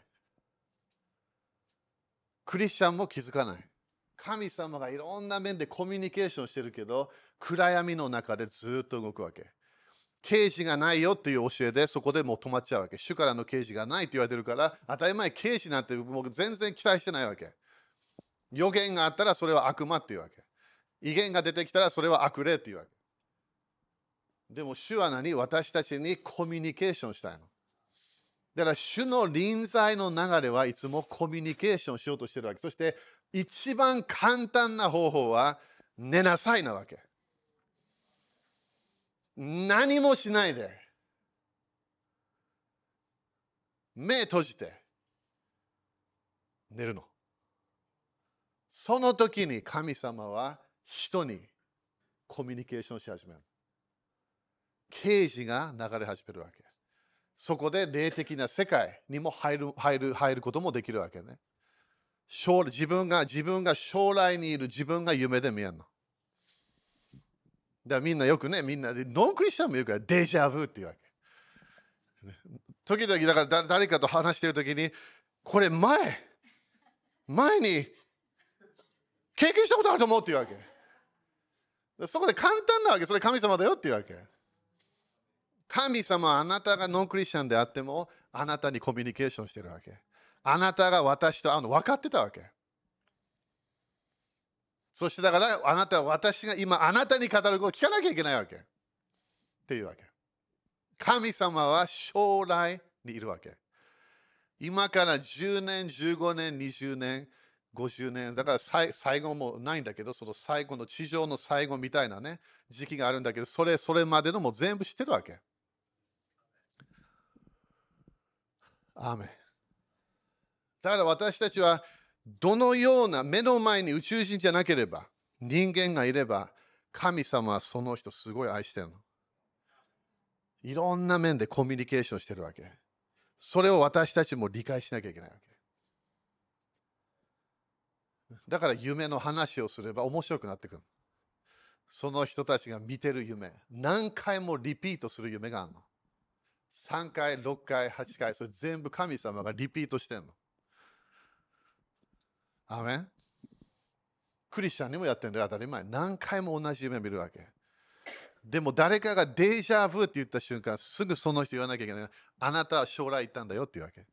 クリスチャンも気づかない。神様がいろんな面でコミュニケーションしてるけど、暗闇の中でずっと動くわけ。啓示がないよっていう教えで、そこでもう止まっちゃうわけ。主からの啓示がないって言われてるから、当たり前啓示なんてもう全然期待してないわけ。予言があったらそれは悪魔っていうわけ。威厳が出てきたらそれは悪霊っていうわけ。でも主は何？私たちにコミュニケーションしたいの。だから主の臨在の流れはいつもコミュニケーションしようとしてるわけ。そして一番簡単な方法は寝なさいなわけ。何もしないで目閉じて寝るの。その時に神様は人にコミュニケーションし始める。啓示が流れ始めるわけ。そこで霊的な世界にも入る、入る、入ることもできるわけね。将来自分が、自分が将来にいる自分が夢で見えるの。だからみんなよくね、みんなで、ノンクリスチャンも言うからデジャブっていうわけ。時々だから誰かと話しているときに、これ前、前に経験したことあると思うっていうわけ。そこで簡単なわけ。それ神様だよっていうわけ。神様はあなたがノンクリスチャンであっても、あなたにコミュニケーションしてるわけ。あなたが私と会うの分かってたわけ。そしてだからあなたは私が今あなたに語ることを聞かなきゃいけないわけ。っていうわけ。 神様は将来にいるわけ。今からじゅうねん、じゅうごねん、にじゅうねん、ごじゅうねん、だから最最後もないんだけど、その最後の地上の最後みたいなね、時期があるんだけど、それそれまでのも全部知ってるわけ。アーメン。だから私たちは、どのような目の前に宇宙人じゃなければ、人間がいれば、神様はその人すごい愛してるの。いろんな面でコミュニケーションしてるわけ。それを私たちも理解しなきゃいけないわけ。だから夢の話をすれば面白くなってくる。その人たちが見てる夢、何回もリピートする夢があるの。さんかい、ろっかい、はちかい、それ全部神様がリピートしてるの。アーメン。クリスチャンにもやってるんだよ、当たり前。何回も同じ夢見るわけ。でも誰かがデジャブって言った瞬間、すぐその人言わなきゃいけない。あなたは将来行ったんだよっていうわけ。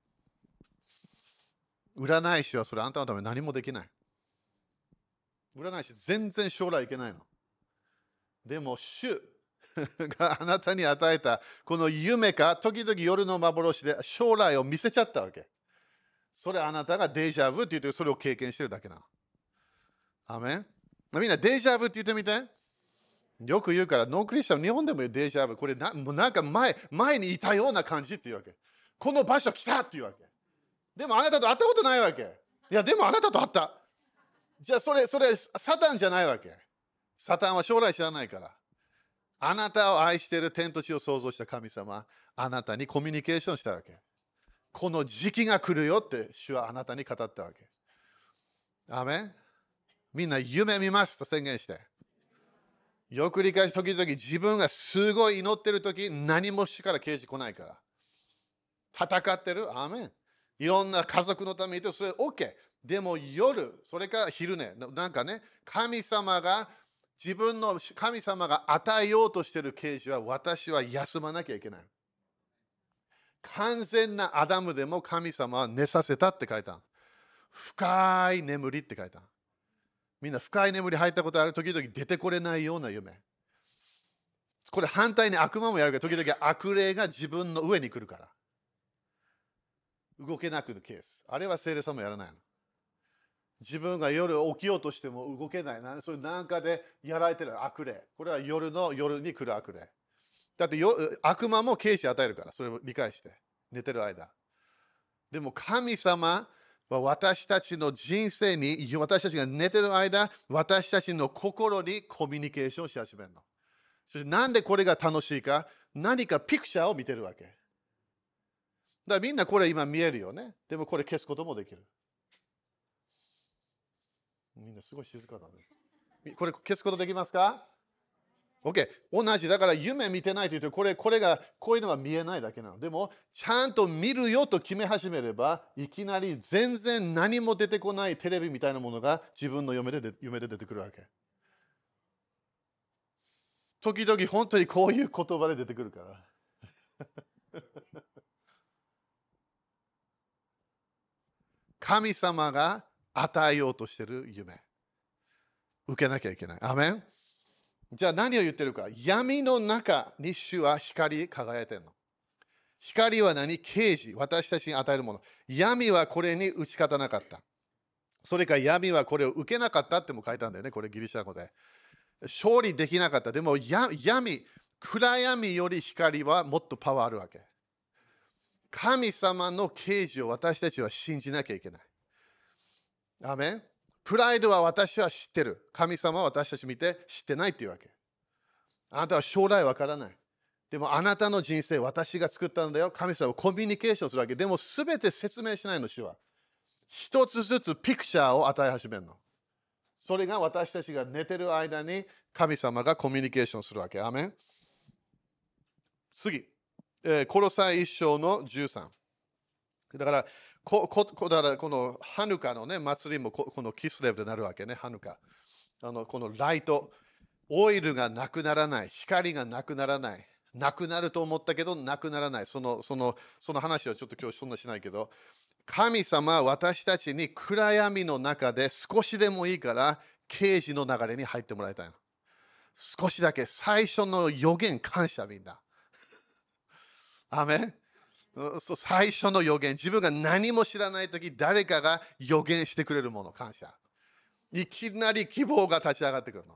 占い師はそれあなたのために何もできない。占い師全然将来いけないの。でも主があなたに与えたこの夢か時々夜の幻で将来を見せちゃったわけ。それあなたがデジャブって言ってそれを経験してるだけな。アメン。みんなデジャブって言ってみて。よく言うから、ノンクリスチャン、日本でも言うデジャブ。これな、もうなんか前、前にいたような感じっていうわけ。この場所来たっていうわけ。でもあなたと会ったことないわけ。いや、でもあなたと会った。じゃあそれ、それ、サタンじゃないわけ。サタンは将来知らないから。あなたを愛している天と地を創造した神様、あなたにコミュニケーションしたわけ。この時期が来るよって主はあなたに語ったわけ。アーメン。みんな夢見ますと宣言して。よく理解し、時々自分がすごい祈ってる時、何も主から啓示来ないから。戦ってる。アーメン。いろんな家族のために言って、それ OK。でも夜、それから昼ね、なんかね、神様が、自分の神様が与えようとしている啓示は、私は休まなきゃいけない。完全なアダムでも神様は寝させたって書いた。深い眠りって書いた。みんな深い眠り入ったことある。時々出てこれないような夢。これ反対に悪魔もやるけど、時々悪霊が自分の上に来るから。動けなくなるケース。あれは聖霊さんもやらないの。自分が夜起きようとしても動けない。それなんかでやられてる悪霊。これは夜の夜に来る悪霊。だってよ悪魔も啓示与えるから、それを理解して。寝てる間。でも神様は私たちの人生に、私たちが寝てる間、私たちの心にコミュニケーションし始めるの。そしてなんでこれが楽しいか、何かピクチャーを見てるわけ。だからみんなこれ今見えるよね。でもこれ消すこともできる。みんなすごい静かだね。これ消すことできますか？ OK。同じ。だから夢見てないと言って、これ、これが、こういうのは見えないだけなの。でも、ちゃんと見るよと決め始めれば、いきなり全然何も出てこないテレビみたいなものが自分の夢で夢で出てくるわけ。時々本当にこういう言葉で出てくるから。神様が与えようとしている夢。受けなきゃいけない。アメン。じゃあ何を言ってるか。闇の中に主は光り輝いてるの。光は何？啓示。私たちに与えるもの。闇はこれに打ち勝たなかった。それから闇はこれを受けなかったっても書いたんだよね。これギリシャ語で。勝利できなかった。でも闇、暗闇より光はもっとパワーあるわけ。神様の啓示を私たちは信じなきゃいけない。アメン。プライドは私は知ってる。神様は私たち見て知ってないっていうわけ。あなたは将来わからない。でもあなたの人生私が作ったんだよ。神様はコミュニケーションするわけ。でもすべて説明しないの、主は。一つずつピクチャーを与え始めるの。それが私たちが寝てる間に神様がコミュニケーションするわけ。アメン。次。えー、コロサイ一章のじゅうさん。だから、ここだからこのハヌカの、ね、祭りもここのキスレブでなるわけね、ハヌカ。あのこのライト、オイルがなくならない、光がなくならない、なくなると思ったけど、なくならない、そのそのその話はちょっと今日そんなしないけど、神様は私たちに暗闇の中で少しでもいいから啓示の流れに入ってもらいたいの。少しだけ、最初の予言感謝みんな。 アメン。そう最初の予言、自分が何も知らないとき、誰かが予言してくれるもの、感謝。いきなり希望が立ち上がってくるの。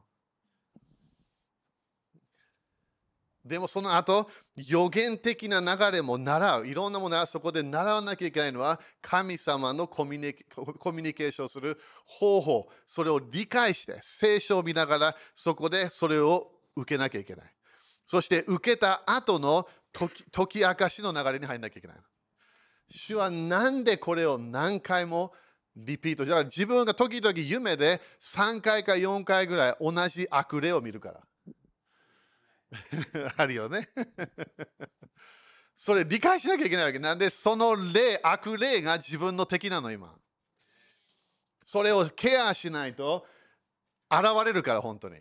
でもその後、予言的な流れも習う。いろんなものはそこで習わなきゃいけないのは、神様のコミュニケコミュニケーションする方法、それを理解して、聖書を見ながら、そこでそれを受けなきゃいけない。そして受けた後の時、時明かしの流れに入らなきゃいけない。主はなんでこれを何回もリピート。じゃあ自分が時々夢でさんかいかよんかいぐらい同じ悪霊を見るから。あるよね。それ理解しなきゃいけないわけ。なんでその霊、悪霊が自分の敵なの今。それをケアしないと現れるから本当に。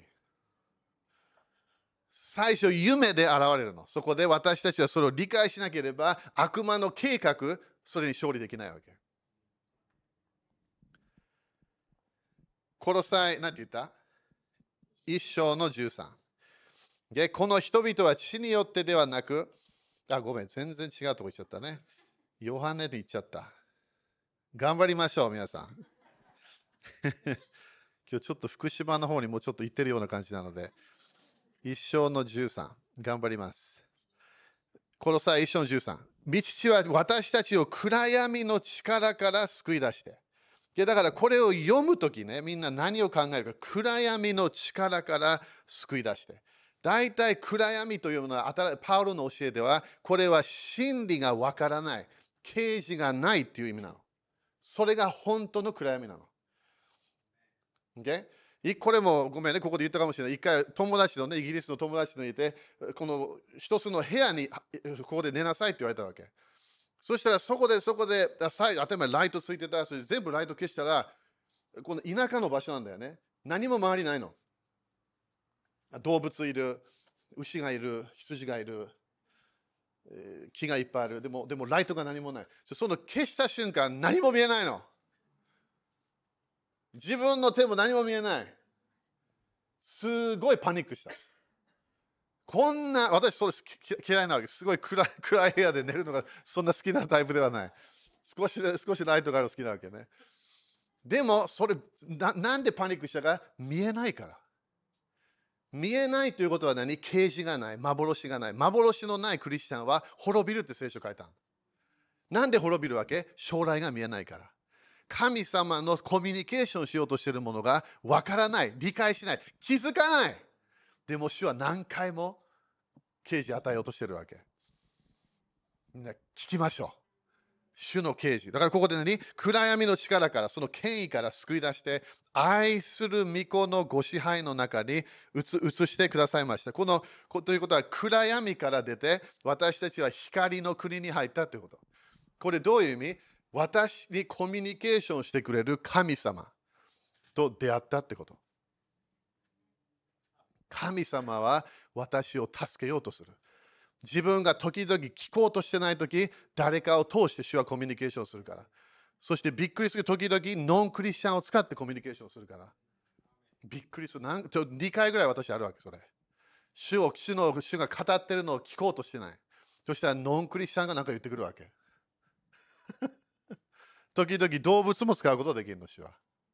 最初夢で現れるの。そこで私たちはそれを理解しなければ悪魔の計画、それに勝利できないわけ。コロサイ、なんて言った一章のじゅうさん。で、この人々は血によってではなく、あ、ごめん、全然違うとこ行っちゃったね。ヨハネで行っちゃった。頑張りましょう、皆さん。今日ちょっと福島の方にもうちょっと行ってるような感じなので、一章のじゅうさん、頑張ります。この際、一章のじゅうさん。御父は私たちを暗闇の力から救い出して。だからこれを読むときね、みんな何を考えるか、暗闇の力から救い出して。大体暗闇というのは、パウロの教えでは、これは真理がわからない、啓示がないという意味なの。それが本当の暗闇なの。Okay？ これもごめんね、ここで言ったかもしれない。一回友達のね、イギリスの友達のいて、この一つの部屋にここで寝なさいって言われたわけ。そしたらそこでそこで、当たり前ライトついてた、それ全部ライト消したら、この田舎の場所なんだよね。何も周りないの。動物いる、牛がいる、羊がいる、えー、木がいっぱいある。でも、でもライトが何もない。その消した瞬間、何も見えないの。自分の手も何も見えない。すごいパニックした。こんな、私それ嫌いなわけ。すごい暗い、暗い部屋で寝るのがそんな好きなタイプではない。少し、少しライトがあるの好きなわけね。でも、それな、なんでパニックしたか見えないから。見えないということは何？啓示がない、幻がない。幻のないクリスチャンは滅びるって聖書書いたの。なんで滅びるわけ？将来が見えないから。神様のコミュニケーションしようとしているものがわからない、理解しない、気づかない。でも主は何回も啓示与えようとしているわけ。みんな聞きましょう。主の啓示。だからここで何？暗闇の力から、その権威から救い出して、愛する御子のご支配の中に移してくださいました。この、ということは暗闇から出て、私たちは光の国に入ったということ。これどういう意味？私にコミュニケーションしてくれる神様と出会ったってこと。神様は私を助けようとする。自分が時々聞こうとしてないとき、誰かを通して主はコミュニケーションするから。そしてびっくりする時々、ノンクリスチャンを使ってコミュニケーションするから。びっくりする。なんにかいぐらい私あるわけ、それ。主を、主の主が語ってるのを聞こうとしてない。そしたらノンクリスチャンが何か言ってくるわけ。時々動物も使うことができるの、主は。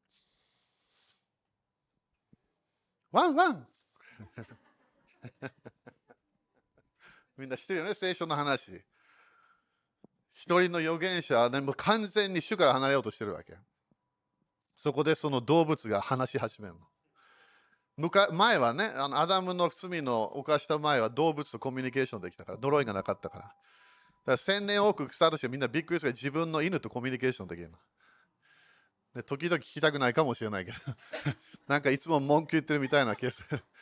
ワンワンみんな知ってるよね、聖書の話。一人の預言者は、ね、もう完全に主から離れようとしてるわけ。そこでその動物が話し始めるの。前はね、あのアダムの罪の犯した前は動物とコミュニケーションできたから、呪いがなかったから。だから千年多く草としてみんなびっくりするけど、自分の犬とコミュニケーションできるの。で時々聞きたくないかもしれないけど、なんかいつも文句言ってるみたいなケース。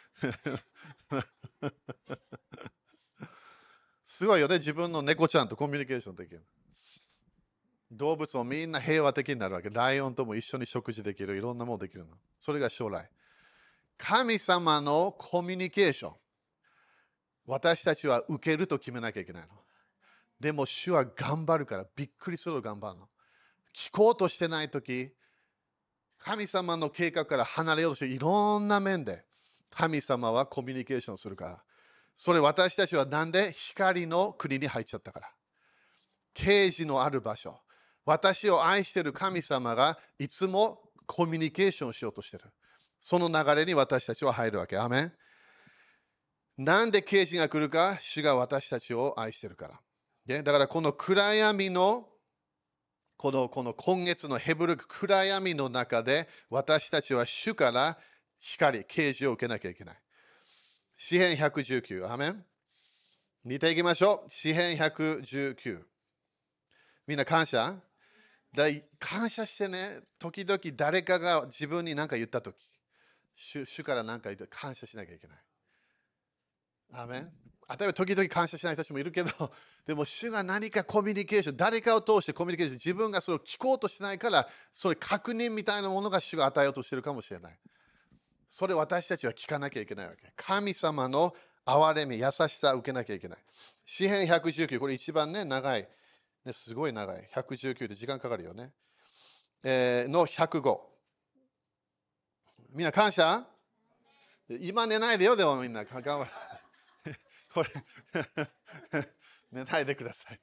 すごいよね、自分の猫ちゃんとコミュニケーションできる。動物もみんな平和的になるわけ。ライオンとも一緒に食事できる。いろんなものできるの。それが将来。神様のコミュニケーション。私たちは受けると決めなきゃいけないの。でも主は頑張るからびっくりする頑張るの。聞こうとしてないとき、神様の計画から離れようとしていろんな面で神様はコミュニケーションするから。 それ私たちはなんで光の国に入っちゃったから。啓示のある場所。私を愛している神様がいつもコミュニケーションしようとしている。その流れに私たちは入るわけ。アメン。なんで啓示が来るか、主が私たちを愛しているから。でだからこの暗闇のこの、この今月のヘブル暗闇の中で私たちは主から光、啓示を受けなきゃいけない。詩編ひゃくじゅうきゅう。アメン。見ていきましょう。詩編ひゃくじゅうきゅう。みんな感謝だ感謝してね、時々誰かが自分に何か言ったとき、主, 主から何か言って感謝しなきゃいけない。アメン。例えば時々感謝しない人たちもいるけど、でも主が何かコミュニケーション、誰かを通してコミュニケーション、自分がそれを聞こうとしないから、それ確認みたいなものが主が与えようとしているかもしれない。それ私たちは聞かなきゃいけないわけ。神様の憐れみ、優しさを受けなきゃいけない。詩編ひゃくじゅうきゅう、これ一番ね、長い。ね、すごい長い。ひゃくじゅうきゅうで時間かかるよね。えー、のひゃくご。みんな感謝？今寝ないでよ、でもみんな。頑張これ寝ないでください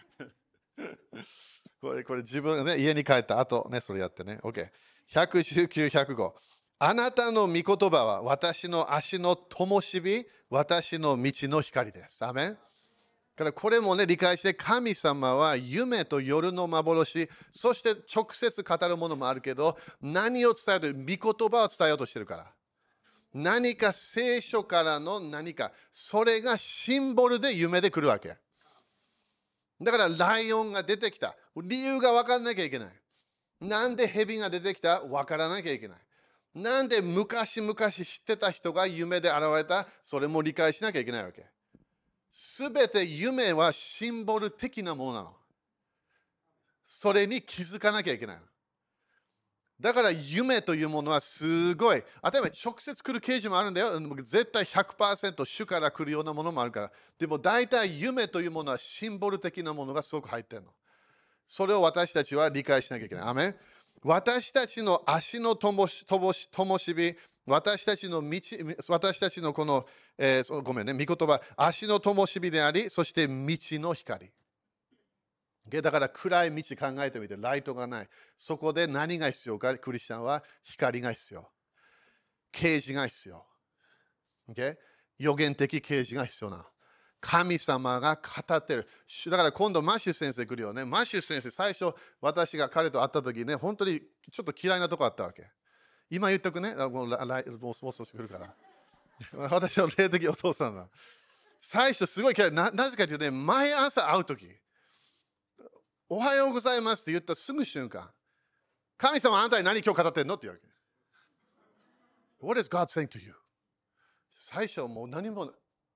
これ、これ自分ね、家に帰った後ね、それやってね。OK。ひゃくじゅうきゅう、ひゃくご。あなたの御言葉は私の足の灯火、私の道の光です。アメン。だからこれもね、理解して、神様は夢と夜の幻、そして直接語るものもあるけど、何を伝える、御言葉を伝えようとしてるから。何か聖書からの何か、それがシンボルで夢で来るわけ。だからライオンが出てきた。理由が分からなきゃいけない。なんで蛇が出てきた分からなきゃいけない。なんで昔々知ってた人が夢で現れたそれも理解しなきゃいけないわけ。すべて夢はシンボル的なものなの。それに気づかなきゃいけないの。だから夢というものはすごい。例えば直接来る啓示もあるんだよ。絶対 ひゃくパーセント 主から来るようなものもあるから。でも大体夢というものはシンボル的なものがすごく入ってるの。それを私たちは理解しなきゃいけない。アメン。私たちの足の灯火、私たちの道、私たちのこの、えー、ごめんね、御言葉、足の灯火であり、そして道の光。だから暗い道考えてみて、ライトがない。そこで何が必要か、クリスチャンは光が必要。啓示が必要。Okay? 予言的啓示が必要な。神様が語ってる。だから今度マシュー先生来るよね。マシュー先生、最初私が彼と会った時ね、本当にちょっと嫌いなとこあったわけ。今言っとくね。もうもう少し来るから。私の霊的お父さんだ。最初すごい嫌い。な, なぜかというとね、毎朝会う時。おはようございますって言ったすぐ瞬間、神様あなたに何今日語ってんのって言うわけ。What is God saying to you? 最初もう何も、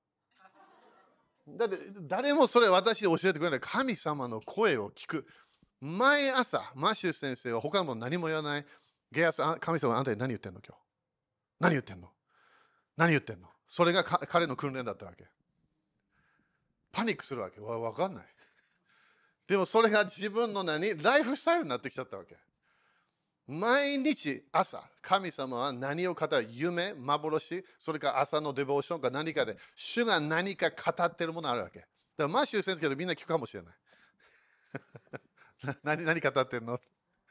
だって誰もそれ私に教えてくれない。神様の声を聞く。毎朝、マシュー先生は他のも何も言わない。ゲアス、神様あなたに何言ってんの今日。何言ってんの何言ってんのそれが彼の訓練だったわけ。パニックするわけ。わ、わかんない。でもそれが自分の何ライフスタイルになってきちゃったわけ。毎日朝、神様は何を語る夢、幻、それから朝のデボーションか何かで、主が何か語ってるものあるわけ。だからマシュー先生けどみんな聞くかもしれない。何, 何語ってんの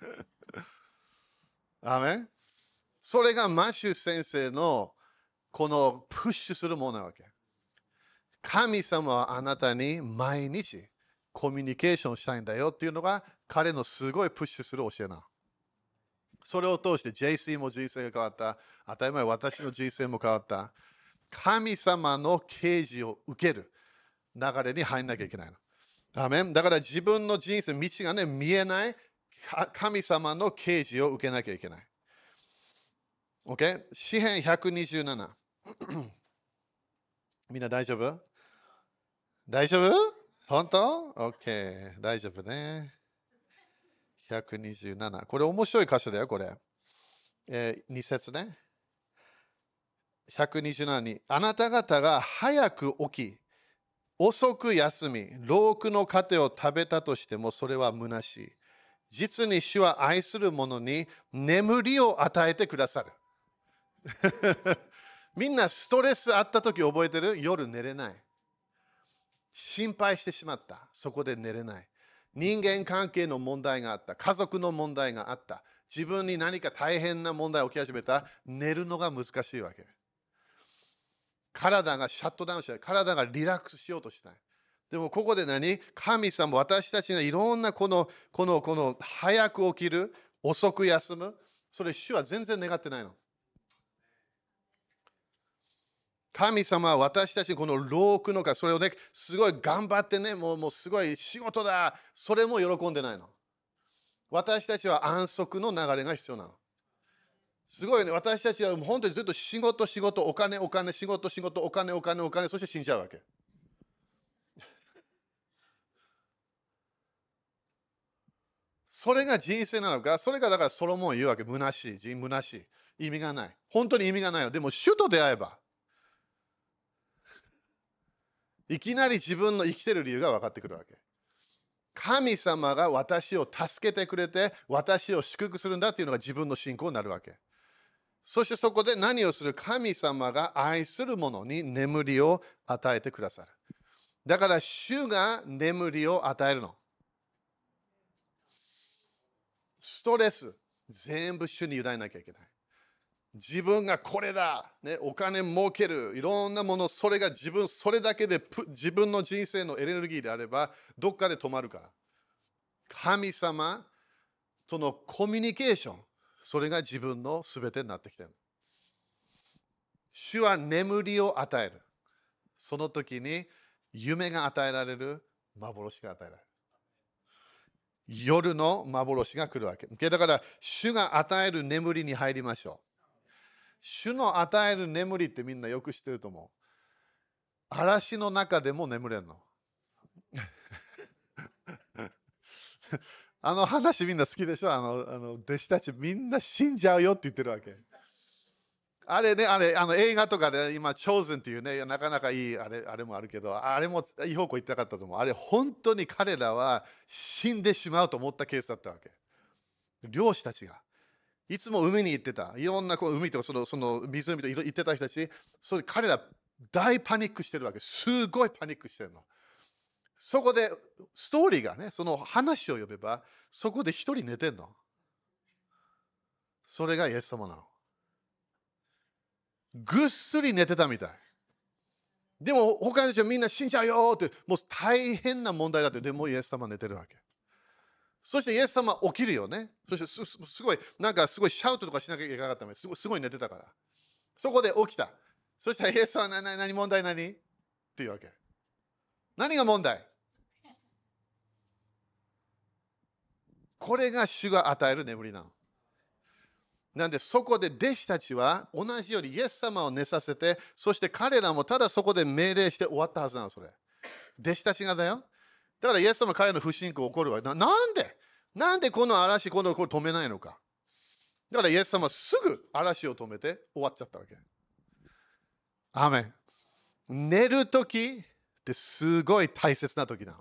アメン。それがマシュー先生のこのプッシュするものなわけ。神様はあなたに毎日コミュニケーションしたいんだよっていうのが彼のすごいプッシュする教えな。それを通して ジェイシー も人生が変わった。当たり前私の人生も変わった。神様の啓示を受ける流れに入んなきゃいけないの。アメン。だから自分の人生、道がね、見えない神様の啓示を受けなきゃいけない。OK？ 詩編ひゃくにじゅうなな。みんな大丈夫？大丈夫？本当？ OK。大丈夫ね。ひゃくにじゅうなな。これ面白い箇所だよ、これ。えー、に節ね。ひゃくにじゅうななに。あなた方が早く起き、遅く休み、労苦の糧を食べたとしてもそれは虚しい。実に主は愛する者に眠りを与えてくださる。 みんなストレスあった時覚えてる？夜寝れない。心配してしまった。そこで寝れない。人間関係の問題があった。家族の問題があった。自分に何か大変な問題が起き始めた。寝るのが難しいわけ。体がシャットダウンしない。体がリラックスしようとしない。でもここで何？神様、私たちがいろんなこの、この、この、早く起きる、遅く休む、それ主は全然願ってないの。神様は私たちこの労苦のか、それをね、すごい頑張ってね、もうもうすごい仕事だ、それも喜んでないの。私たちは安息の流れが必要なの。すごいね、私たちは本当にずっと仕事、仕事、お金、お金、仕事、仕事、お金、お金、お金、そして死んじゃうわけ。それが人生なのか、それがだからソロモン言うわけ、虚しい、人虚しい。意味がない。本当に意味がないの。でも主と出会えば、いきなり自分の生きてる理由が分かってくるわけ。神様が私を助けてくれて、私を祝福するんだっていうのが自分の信仰になるわけ。そしてそこで何をする？神様が愛する者に眠りを与えてくださる。だから主が眠りを与えるの。ストレス、全部主に委ねなきゃいけない。自分がこれだ、ね、お金儲ける、いろんなもの、それが自分、それだけで自分の人生のエネルギーであれば、どっかで止まるから。神様とのコミュニケーション、それが自分のすべてになってきている。主は眠りを与える。その時に夢が与えられる、幻が与えられる。夜の幻が来るわけ。だから、主が与える眠りに入りましょう。主の与える眠りってみんなよく知ってると思う。嵐の中でも眠れるの。あの話みんな好きでしょ？あの、あの弟子たちみんな死んじゃうよって言ってるわけ。あれね、あれ、あの映画とかで今、Chosen っていうね、なかなかいいあれあれもあるけど、あれもいい方向行ってなかったと思う。あれ、本当に彼らは死んでしまうと思ったケースだったわけ。漁師たちが。いつも海に行ってた。いろんなこう海とそのその湖と行ってた人たち、それ彼ら大パニックしてるわけ。すごいパニックしてるの。そこでストーリーがね、その話を呼べば、そこで一人寝てんの。それがイエス様なの。ぐっすり寝てたみたい。でも他の人はみんな死んじゃうよって、もう大変な問題だって、でもイエス様寝てるわけ。そしてイエス様起きるよね。そして す, すごい、なんかすごいシャウトとかしなきゃいけなかったのに、すごい、すごい寝てたから。そこで起きた。そしたらイエス様は何、何問題何っていうわけ。何が問題？これが主が与える眠りなの。なんでそこで弟子たちは同じようにイエス様を寝させて、そして彼らもただそこで命令して終わったはずなの、それ。弟子たちがだよ。だからイエス様は彼の不信仰起こるわけ。ななんでなんでこの嵐、このこれ止めないのか。だからイエス様はすぐ嵐を止めて終わっちゃったわけ。アーメン。寝るときってすごい大切なときなの。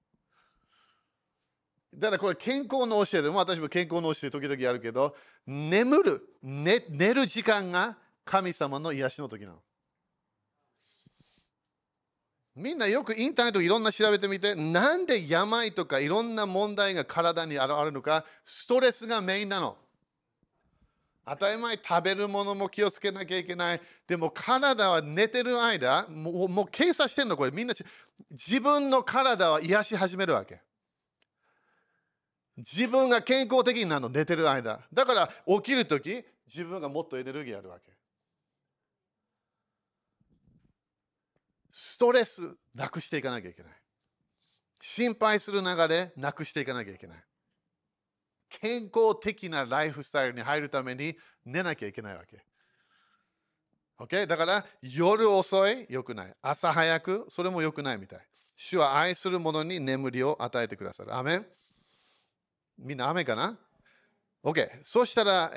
だからこれ健康の教えでも、私も健康の教え時々やるけど、眠る、寝、寝る時間が神様の癒しの時なの。みんなよくインターネットいろんな調べてみて、なんで病とかいろんな問題が体にあるのか、ストレスがメインなの。当たり前、食べるものも気をつけなきゃいけない。でも体は寝てる間、もう、もう計算してんの、これみんな。自分の体は癒し始めるわけ。自分が健康的になるの、寝てる間。だから起きるとき、自分がもっとエネルギーあるわけ。ストレスなくしていかなきゃいけない。心配する流れなくしていかなきゃいけない。健康的なライフスタイルに入るために寝なきゃいけないわけ。Okay? だから夜遅い、良くない。朝早く、それも良くないみたい。主は愛する者に眠りを与えてくださる。アメン。みんな雨かな？ OK。そしたら、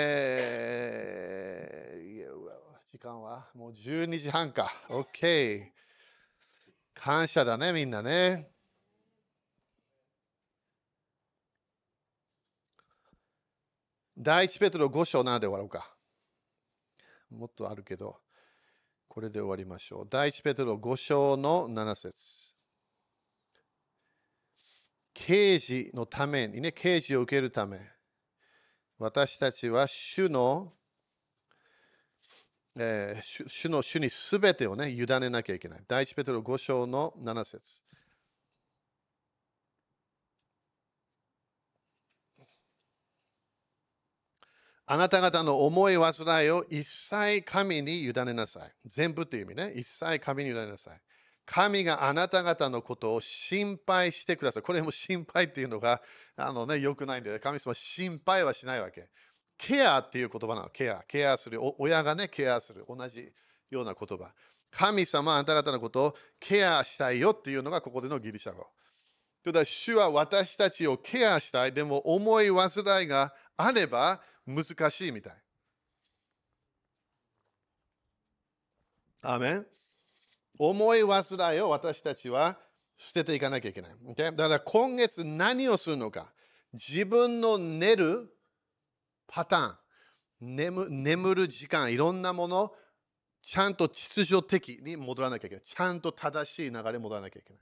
えー、時間はもうじゅうにじはんか。OK。感謝だね、みんなね。第一ペテロご章ななで終わろうか。もっとあるけど。 これで終わりましょう。第一ペテロご章のなな節。啓示のためにね、啓示を受けるため、私たちは主の、えー、主主の主にすべてをね、委ねなきゃいけない。第一ペテロご章のなな節。あなた方の思い煩いを一切神に委ねなさい。全部っていう意味ね。一切神に委ねなさい。神があなた方のことを心配してください。これも心配っていうのがあの、ね、よくないんで、神様は心配はしないわけ。ケアっていう言葉なの。ケア。ケアする。親がね、ケアする。同じような言葉。神様はあなた方のことをケアしたいよっていうのがここでのギリシャ語。ということは、主は私たちをケアしたい。でも思い煩いがあれば、難しいみたい。アーメン。思い煩いを私たちは捨てていかなきゃいけない。Okay? だから今月何をするのか。自分の寝るパターン、眠、眠る時間、いろんなもの、ちゃんと秩序的に戻らなきゃいけない。ちゃんと正しい流れに戻らなきゃいけない。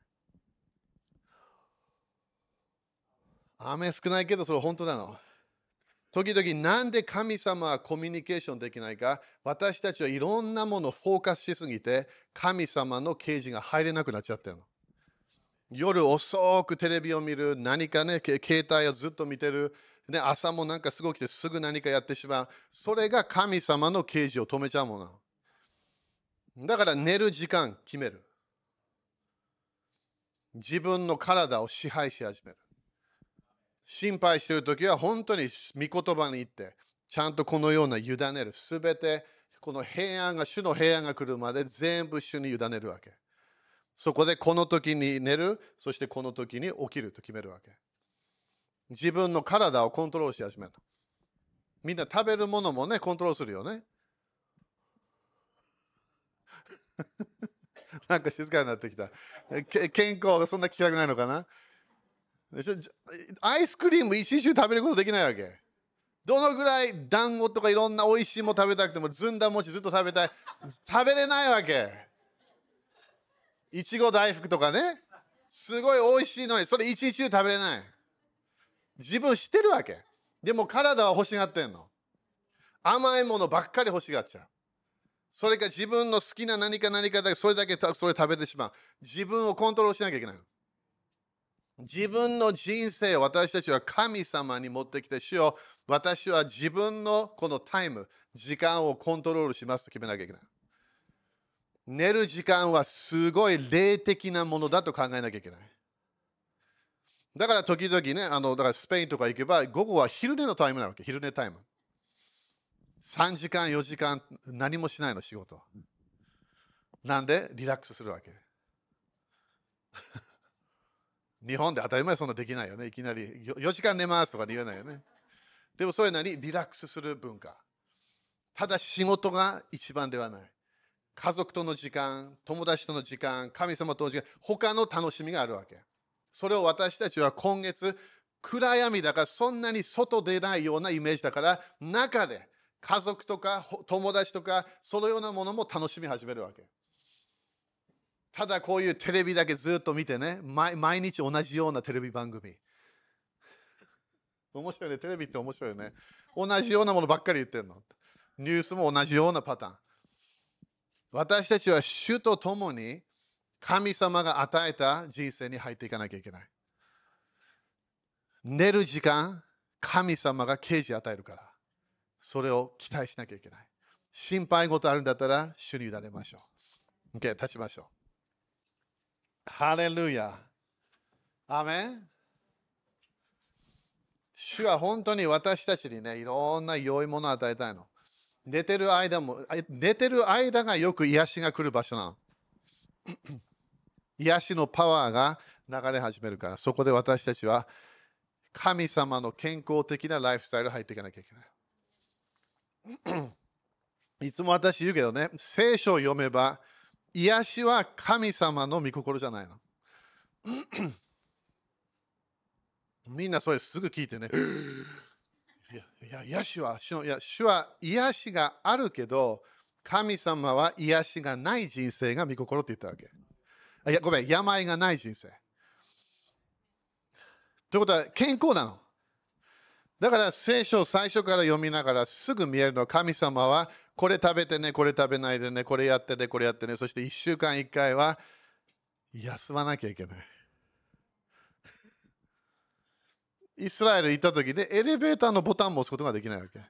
雨少ないけど、それ本当なの。時々なんで神様はコミュニケーションできないか、私たちはいろんなものをフォーカスしすぎて、神様の啓示が入れなくなっちゃってるの。夜遅くテレビを見る、何かね、携帯をずっと見てる、ね、朝もなんかすごくてすぐ何かやってしまう。それが神様の啓示を止めちゃうもの。だから寝る時間決める。自分の体を支配し始める。心配しているときは本当に御言葉に言って、ちゃんとこのような委ねる。すべてこの平安が、主の平安が来るまで全部主に委ねるわけ。そこでこの時に寝る、そしてこの時に起きると決めるわけ。自分の体をコントロールし始める。みんな食べるものもね、コントロールするよね。なんか静かになってきた。健康がそんな聞きたくないのかな。アイスクリーム一日中食べることできないわけ。どのぐらい団子とかいろんなおいしいもの食べたくてもずんだ餅ずっと食べたい。食べれないわけ。いちご大福とかね。すごいおいしいのにそれ一日中食べれない。自分知ってるわけ。でも体は欲しがってんの。甘いものばっかり欲しがっちゃう。それか自分の好きな何か何かだけそれだけそれ食べてしまう。自分をコントロールしなきゃいけない。自分の人生を私たちは神様に持ってきて、主よ、私は自分のこのタイム、時間をコントロールしますと決めなきゃいけない。寝る時間はすごい霊的なものだと考えなきゃいけない。だから時々ね、あのだからスペインとか行けば、午後は昼寝のタイムなわけ、昼寝タイム。さんじかん、よじかん何もしないの、仕事。なんでリラックスするわけ。日本で当たり前そんなできないよね。いきなりよじかん寝ますとか言えないよね。でもそういうのにリラックスする文化。ただ仕事が一番ではない。家族との時間、友達との時間、神様との時間、他の楽しみがあるわけ。それを私たちは今月、暗闇だからそんなに外出ないようなイメージだから、中で家族とか友達とか、そのようなものも楽しみ始めるわけ。ただこういうテレビだけずっと見てね、毎, 毎日同じようなテレビ番組。面白いね、テレビって面白いよね。同じようなものばっかり言ってるの。ニュースも同じようなパターン。私たちは主と共に神様が与えた人生に入っていかなきゃいけない。寝る時間、神様が啓示を与えるから、それを期待しなきゃいけない。心配事あるんだったら、主に委ねましょう。OK、立ちましょう。ハレルヤ。アメン。主は本当に私たちにね、いろんな良いものを与えたいの。寝てる間も、寝てる間がよく癒しが来る場所なの。癒しのパワーが流れ始めるから、そこで私たちは神様の健康的なライフスタイルに入っていかなきゃいけない。いつも私言うけどね、聖書を読めば、癒しは神様の御心じゃないの。みんなそれすぐ聞いてね。いや、いや癒しは主の、いや、主は癒しがあるけど、 神様は癒しがない人生が御心って言ったわけ。あいや、ごめん、病がない人生。ということは健康なの。だから聖書を最初から読みながらすぐ見えるのは神様はこれ食べてね、これ食べないでね、これやってね、これやってね、そしていっしゅうかんいっかいは休まなきゃいけない。イスラエル行った時でエレベーターのボタンを押すことができないわけ。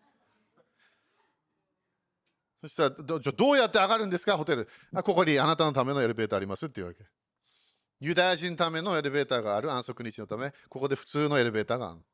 そしたらどどうやって上がるんですか、ホテル。あ、ここにあなたのためのエレベーターありますっていうわけ。ユダヤ人のためのエレベーターがある、安息日のため、ここで普通のエレベーターがある。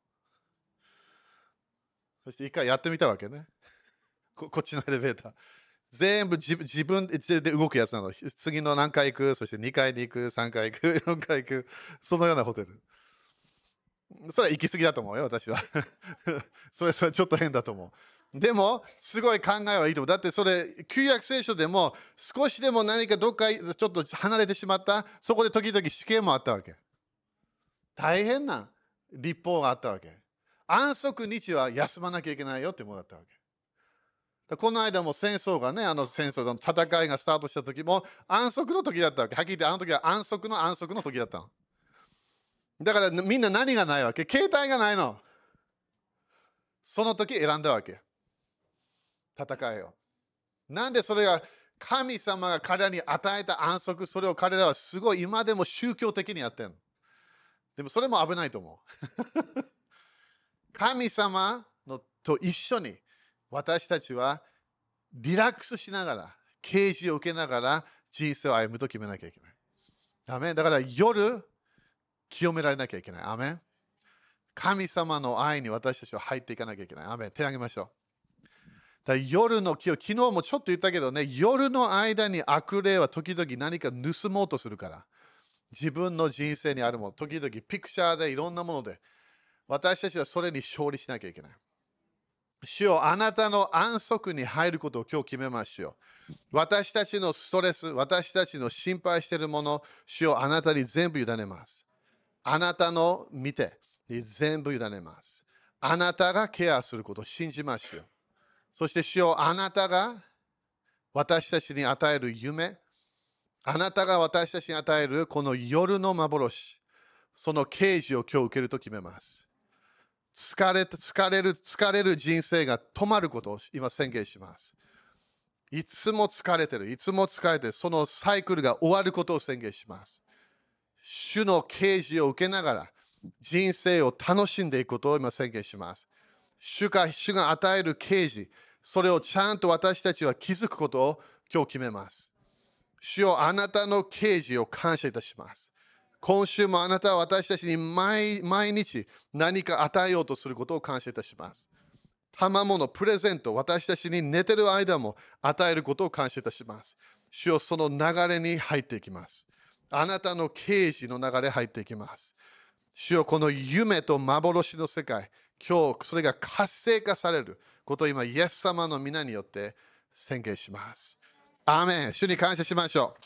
そして一回やってみたわけね。こ, こっちのエレベーター。全部自自分で動くやつなの。次の何回行く、そしてにかいに行く、さんかい行く、よんかい行く、そのようなホテル。それは行き過ぎだと思うよ、私は。それ、それちょっと変だと思う。でも、すごい考えはいいと思う。だってそれ、旧約聖書でも少しでも何かどっかちょっと離れてしまった、そこで時々死刑もあったわけ。大変な立法があったわけ。安息日は休まなきゃいけないよってものだったわけ。この間も戦争がね、あの戦争の戦いがスタートした時も安息の時だったわけ。はっきり言ってあの時は安息の安息の時だったの。だからみんな何がないわけ？携帯がないの。その時選んだわけ。戦いを。なんでそれが神様が彼らに与えた安息、それを彼らはすごい今でも宗教的にやってるの。でもそれも危ないと思う。神様のと一緒に私たちはリラックスしながら、啓示を受けながら人生を歩むと決めなきゃいけない。アメン。だから夜、清められなきゃいけない。アメン。神様の愛に私たちは入っていかなきゃいけない。アメン。手を挙げましょう。だ夜の清、昨日もちょっと言ったけどね、夜の間に悪霊は時々何か盗もうとするから。自分の人生にあるもの、時々ピクチャーでいろんなもので、私たちはそれに勝利しなきゃいけない。主よ、あなたの安息に入ることを今日決めましょう。私たちのストレス、私たちの心配しているもの、主よ、あなたに全部委ねます。あなたの見て、全部委ねます。あなたがケアすることを信じましょう。そして主よ、あなたが私たちに与える夢、あなたが私たちに与えるこの夜の幻、その啓示を今日受けると決めます。疲れ、疲れる、疲れる人生が止まることを今宣言します。いつも疲れてる、いつも疲れてる、そのサイクルが終わることを宣言します。主の啓示を受けながら人生を楽しんでいくことを今宣言します。主が、主が与える啓示、それをちゃんと私たちは気づくことを今日決めます。主よ、あなたの啓示を感謝いたします。今週もあなたは私たちに 毎, 毎日何か与えようとすることを感謝いたします。賜物、プレゼント、私たちに寝てる間も与えることを感謝いたします。主よ、その流れに入っていきます。あなたの啓示の流れに入っていきます。主よ、この夢と幻の世界、今日それが活性化されることを今、イエス様の皆によって宣言します。アーメン。主に感謝しましょう。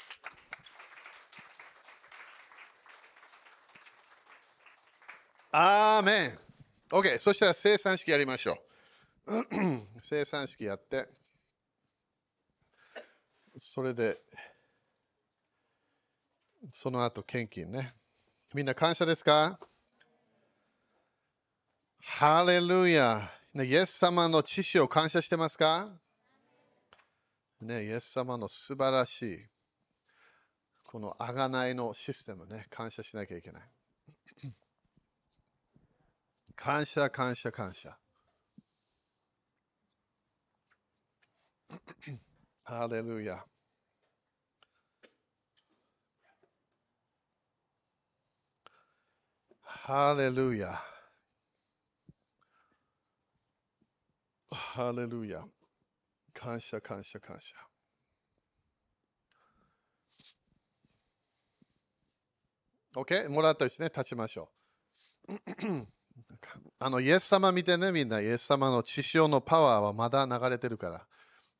アーメン。OK。そしたら生産式やりましょう。生産式やって、それで、その後献金ね。みんな感謝ですか？ハレルヤ。ね、イエス様の知識を感謝してますか？ね、イエス様の素晴らしい、この贖いのシステムね、感謝しなきゃいけない。感謝、感謝、感謝。ハレルヤ。ハレルヤ。ハレルヤ。感謝、感謝、感謝。OK? もらったですね。立ちましょう。あのイエス様見てね、みんな。イエス様の血潮のパワーはまだ流れてるから。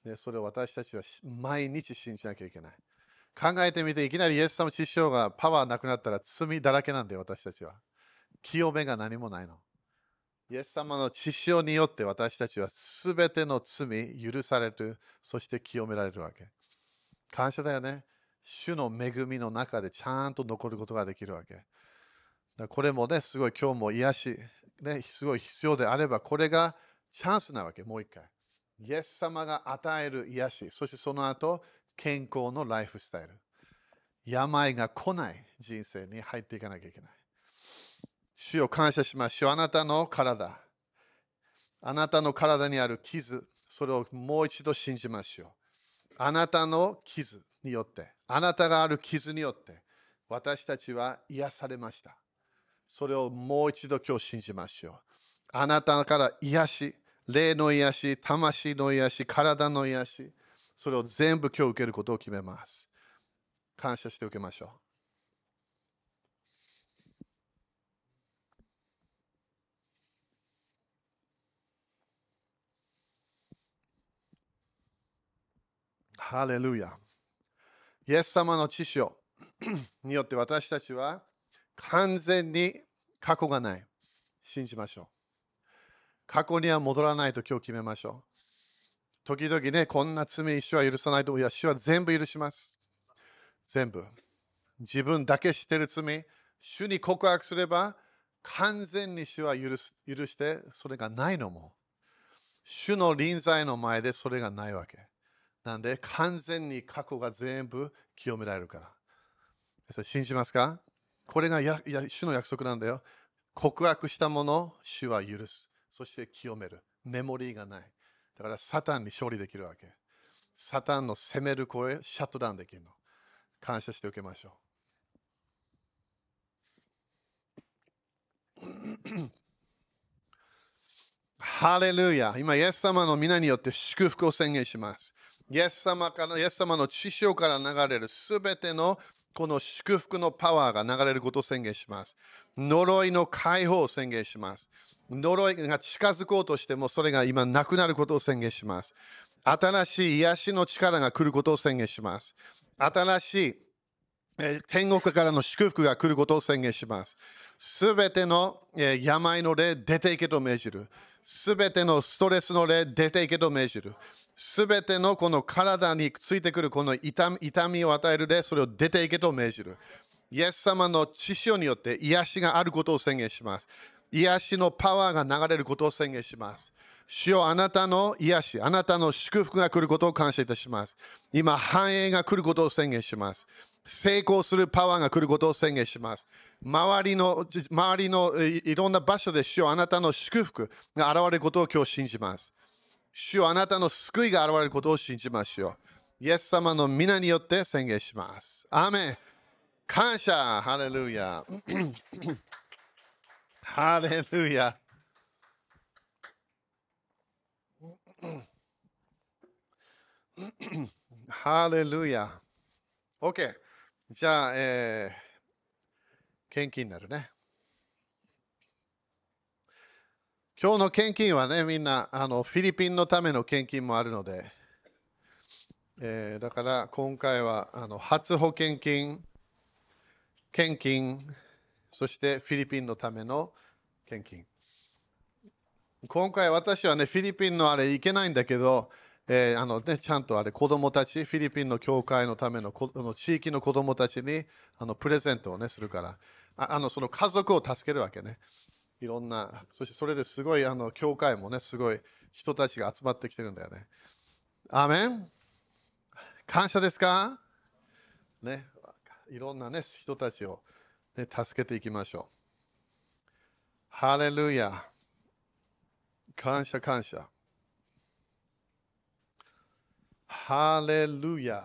ね、それを私たちは毎日信じなきゃいけない。考えてみて、いきなりイエス様の血潮がパワーなくなったら罪だらけなんで、私たちは。清めが何もないの。 イエス様の血潮によって私たちはすべての罪許される、そして清められるわけ。感謝だよね。主の恵みの中でちゃんと残ることができるわけ。だからこれもね、すごい今日も癒し、ね、すごい必要であれば、これがチャンスなわけ、もう一回。イエス様が与える癒し、そしてその後、健康のライフスタイル。病が来ない人生に入っていかなきゃいけない。主を感謝しましょう。あなたの体、あなたの体にある傷、それをもう一度信じましょう。あなたの傷によって、あなたがある傷によって、私たちは癒されました。それをもう一度今日信じましょう。あなたから癒し、霊の癒し、魂の癒し、体の癒し、それを全部今日受けることを決めます。感謝して受けましょう。ハレルヤ。イエス様の知潮によって私たちは完全に過去がない。信じましょう。過去には戻らないと今日決めましょう。時々ね、こんな罪一生は許さないと、いや、主は全部許します。全部。自分だけ知ってる罪、主に告白すれば、完全に主は許す許して、それがないのも。主の臨在の前でそれがないわけ。なんで、完全に過去が全部清められるから。信じますか？これがやや主の約束なんだよ。告白したものを主は許す。そして清める。メモリーがない。だからサタンに勝利できるわけ。サタンの責める声、シャットダウンできるの。感謝して受けましょう。ハレルヤ。今、イエス様の皆によって祝福を宣言します。イエス様から、イエス様の血潮から流れるすべてのこの祝福のパワーが流れることを宣言します。呪いの解放を宣言します。呪いが近づこうとしてもそれが今なくなることを宣言します。新しい癒しの力が来ることを宣言します。新しい天国からの祝福が来ることを宣言します。すべての病の霊出ていけと命じる。すべてのストレスの霊出ていけと命じる。すべてのこの体についてくるこの 痛み、痛みを与える霊、それを出ていけと命じる。イエス様の血潮によって癒しがあることを宣言します。癒しのパワーが流れることを宣言します。主よ、あなたの癒し、あなたの祝福が来ることを感謝いたします。今、繁栄が来ることを宣言します。成功するパワーが来ることを宣言します。周りの、周りのいろんな場所で主よ、あなたの祝福が現れることを今日信じます。主よ、あなたの救いが現れることを信じましょう。イエス様の皆によって宣言します。アーメン。感謝。ハレルヤ。ハレルヤ。ハレルヤ。OK。じゃあ、えー、献金になるね。今日の献金はね、みんなあのフィリピンのための献金もあるので、えー、だから今回はあの初保険金、献金、そしてフィリピンのための献金。今回私はね、フィリピンのあれ行けないんだけど、えーあのね、ちゃんとあれ子供たち、フィリピンの教会のためのこの地域の子供たちにあのプレゼントをね、するから、ああのその家族を助けるわけね。いろんな、そしてそれですごいあの教会もね、すごい人たちが集まってきてるんだよね。アーメン。感謝ですかね、いろんな、ね、人たちを、ね、助けていきましょう。ハレルヤ。感謝感謝。ハレルヤ。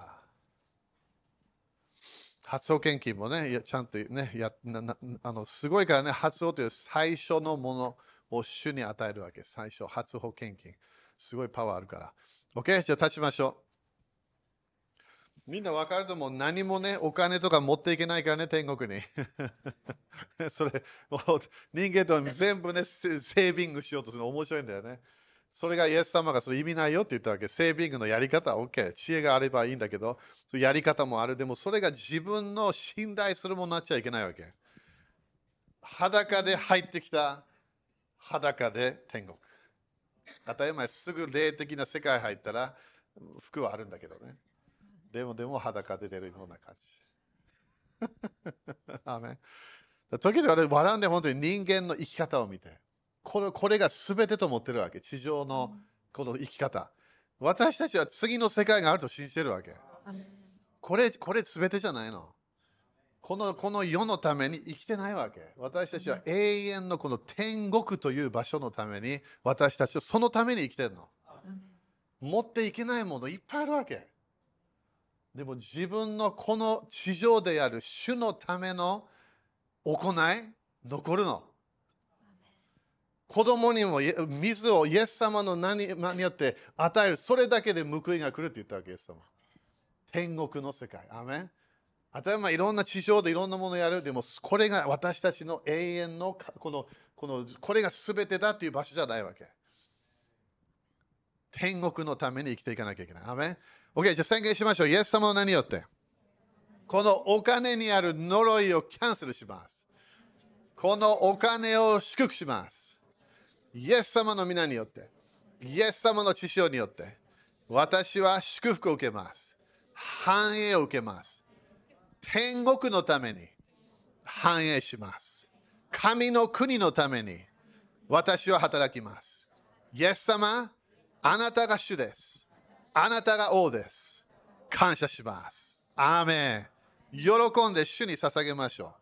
初保険金もね、ちゃんとね、やななあのすごいからね、初保という最初のものを主に与えるわけ。最初、初保険金。すごいパワーあるから。OK? じゃあ立ちましょう。みんな分かると思う。何もね、お金とか持っていけないからね、天国に。それ、人間と全部ね、セービングしようとするの面白いんだよね。それがイエス様がそれ意味ないよって言ったわけ。セービングのやり方は OK。知恵があればいいんだけど、そやり方もある。でもそれが自分の信頼するものになっちゃいけないわけ。裸で入ってきた裸で天国。当たり前、すぐ霊的な世界入ったら服はあるんだけどね。でもでも裸で出るような感じ。アーメン。時々俺笑うんで本当に人間の生き方を見て、これこれが全てと思ってるわけ。地上のこの生き方。私たちは次の世界があると信じてるわけ。これ、これ全てじゃないの。この、この世のために生きてないわけ。私たちは永遠のこの天国という場所のために、私たちはそのために生きてるの。持っていけないものいっぱいあるわけ。でも自分のこの地上である主のための行い、残るの。子供にも水をイエス様の名によって与える、それだけで報いが来るって言ったわけ、イエス様。天国の世界。アーメン。当たり前いろんな地上でいろんなものをやる。でもこれが私たちの永遠のこの、この、これが全てだという場所じゃないわけ。天国のために生きていかなきゃいけない。アーメン。OK、じゃあ宣言しましょう。イエス様の名によって。このお金にある呪いをキャンセルします。このお金を祝福します。イエス様の皆によって。イエス様の血潮によって。私は祝福を受けます。繁栄を受けます。天国のために繁栄します。神の国のために私は働きます。イエス様、あなたが主です。あなたが王です。感謝します。アーメン。喜んで主に捧げましょう。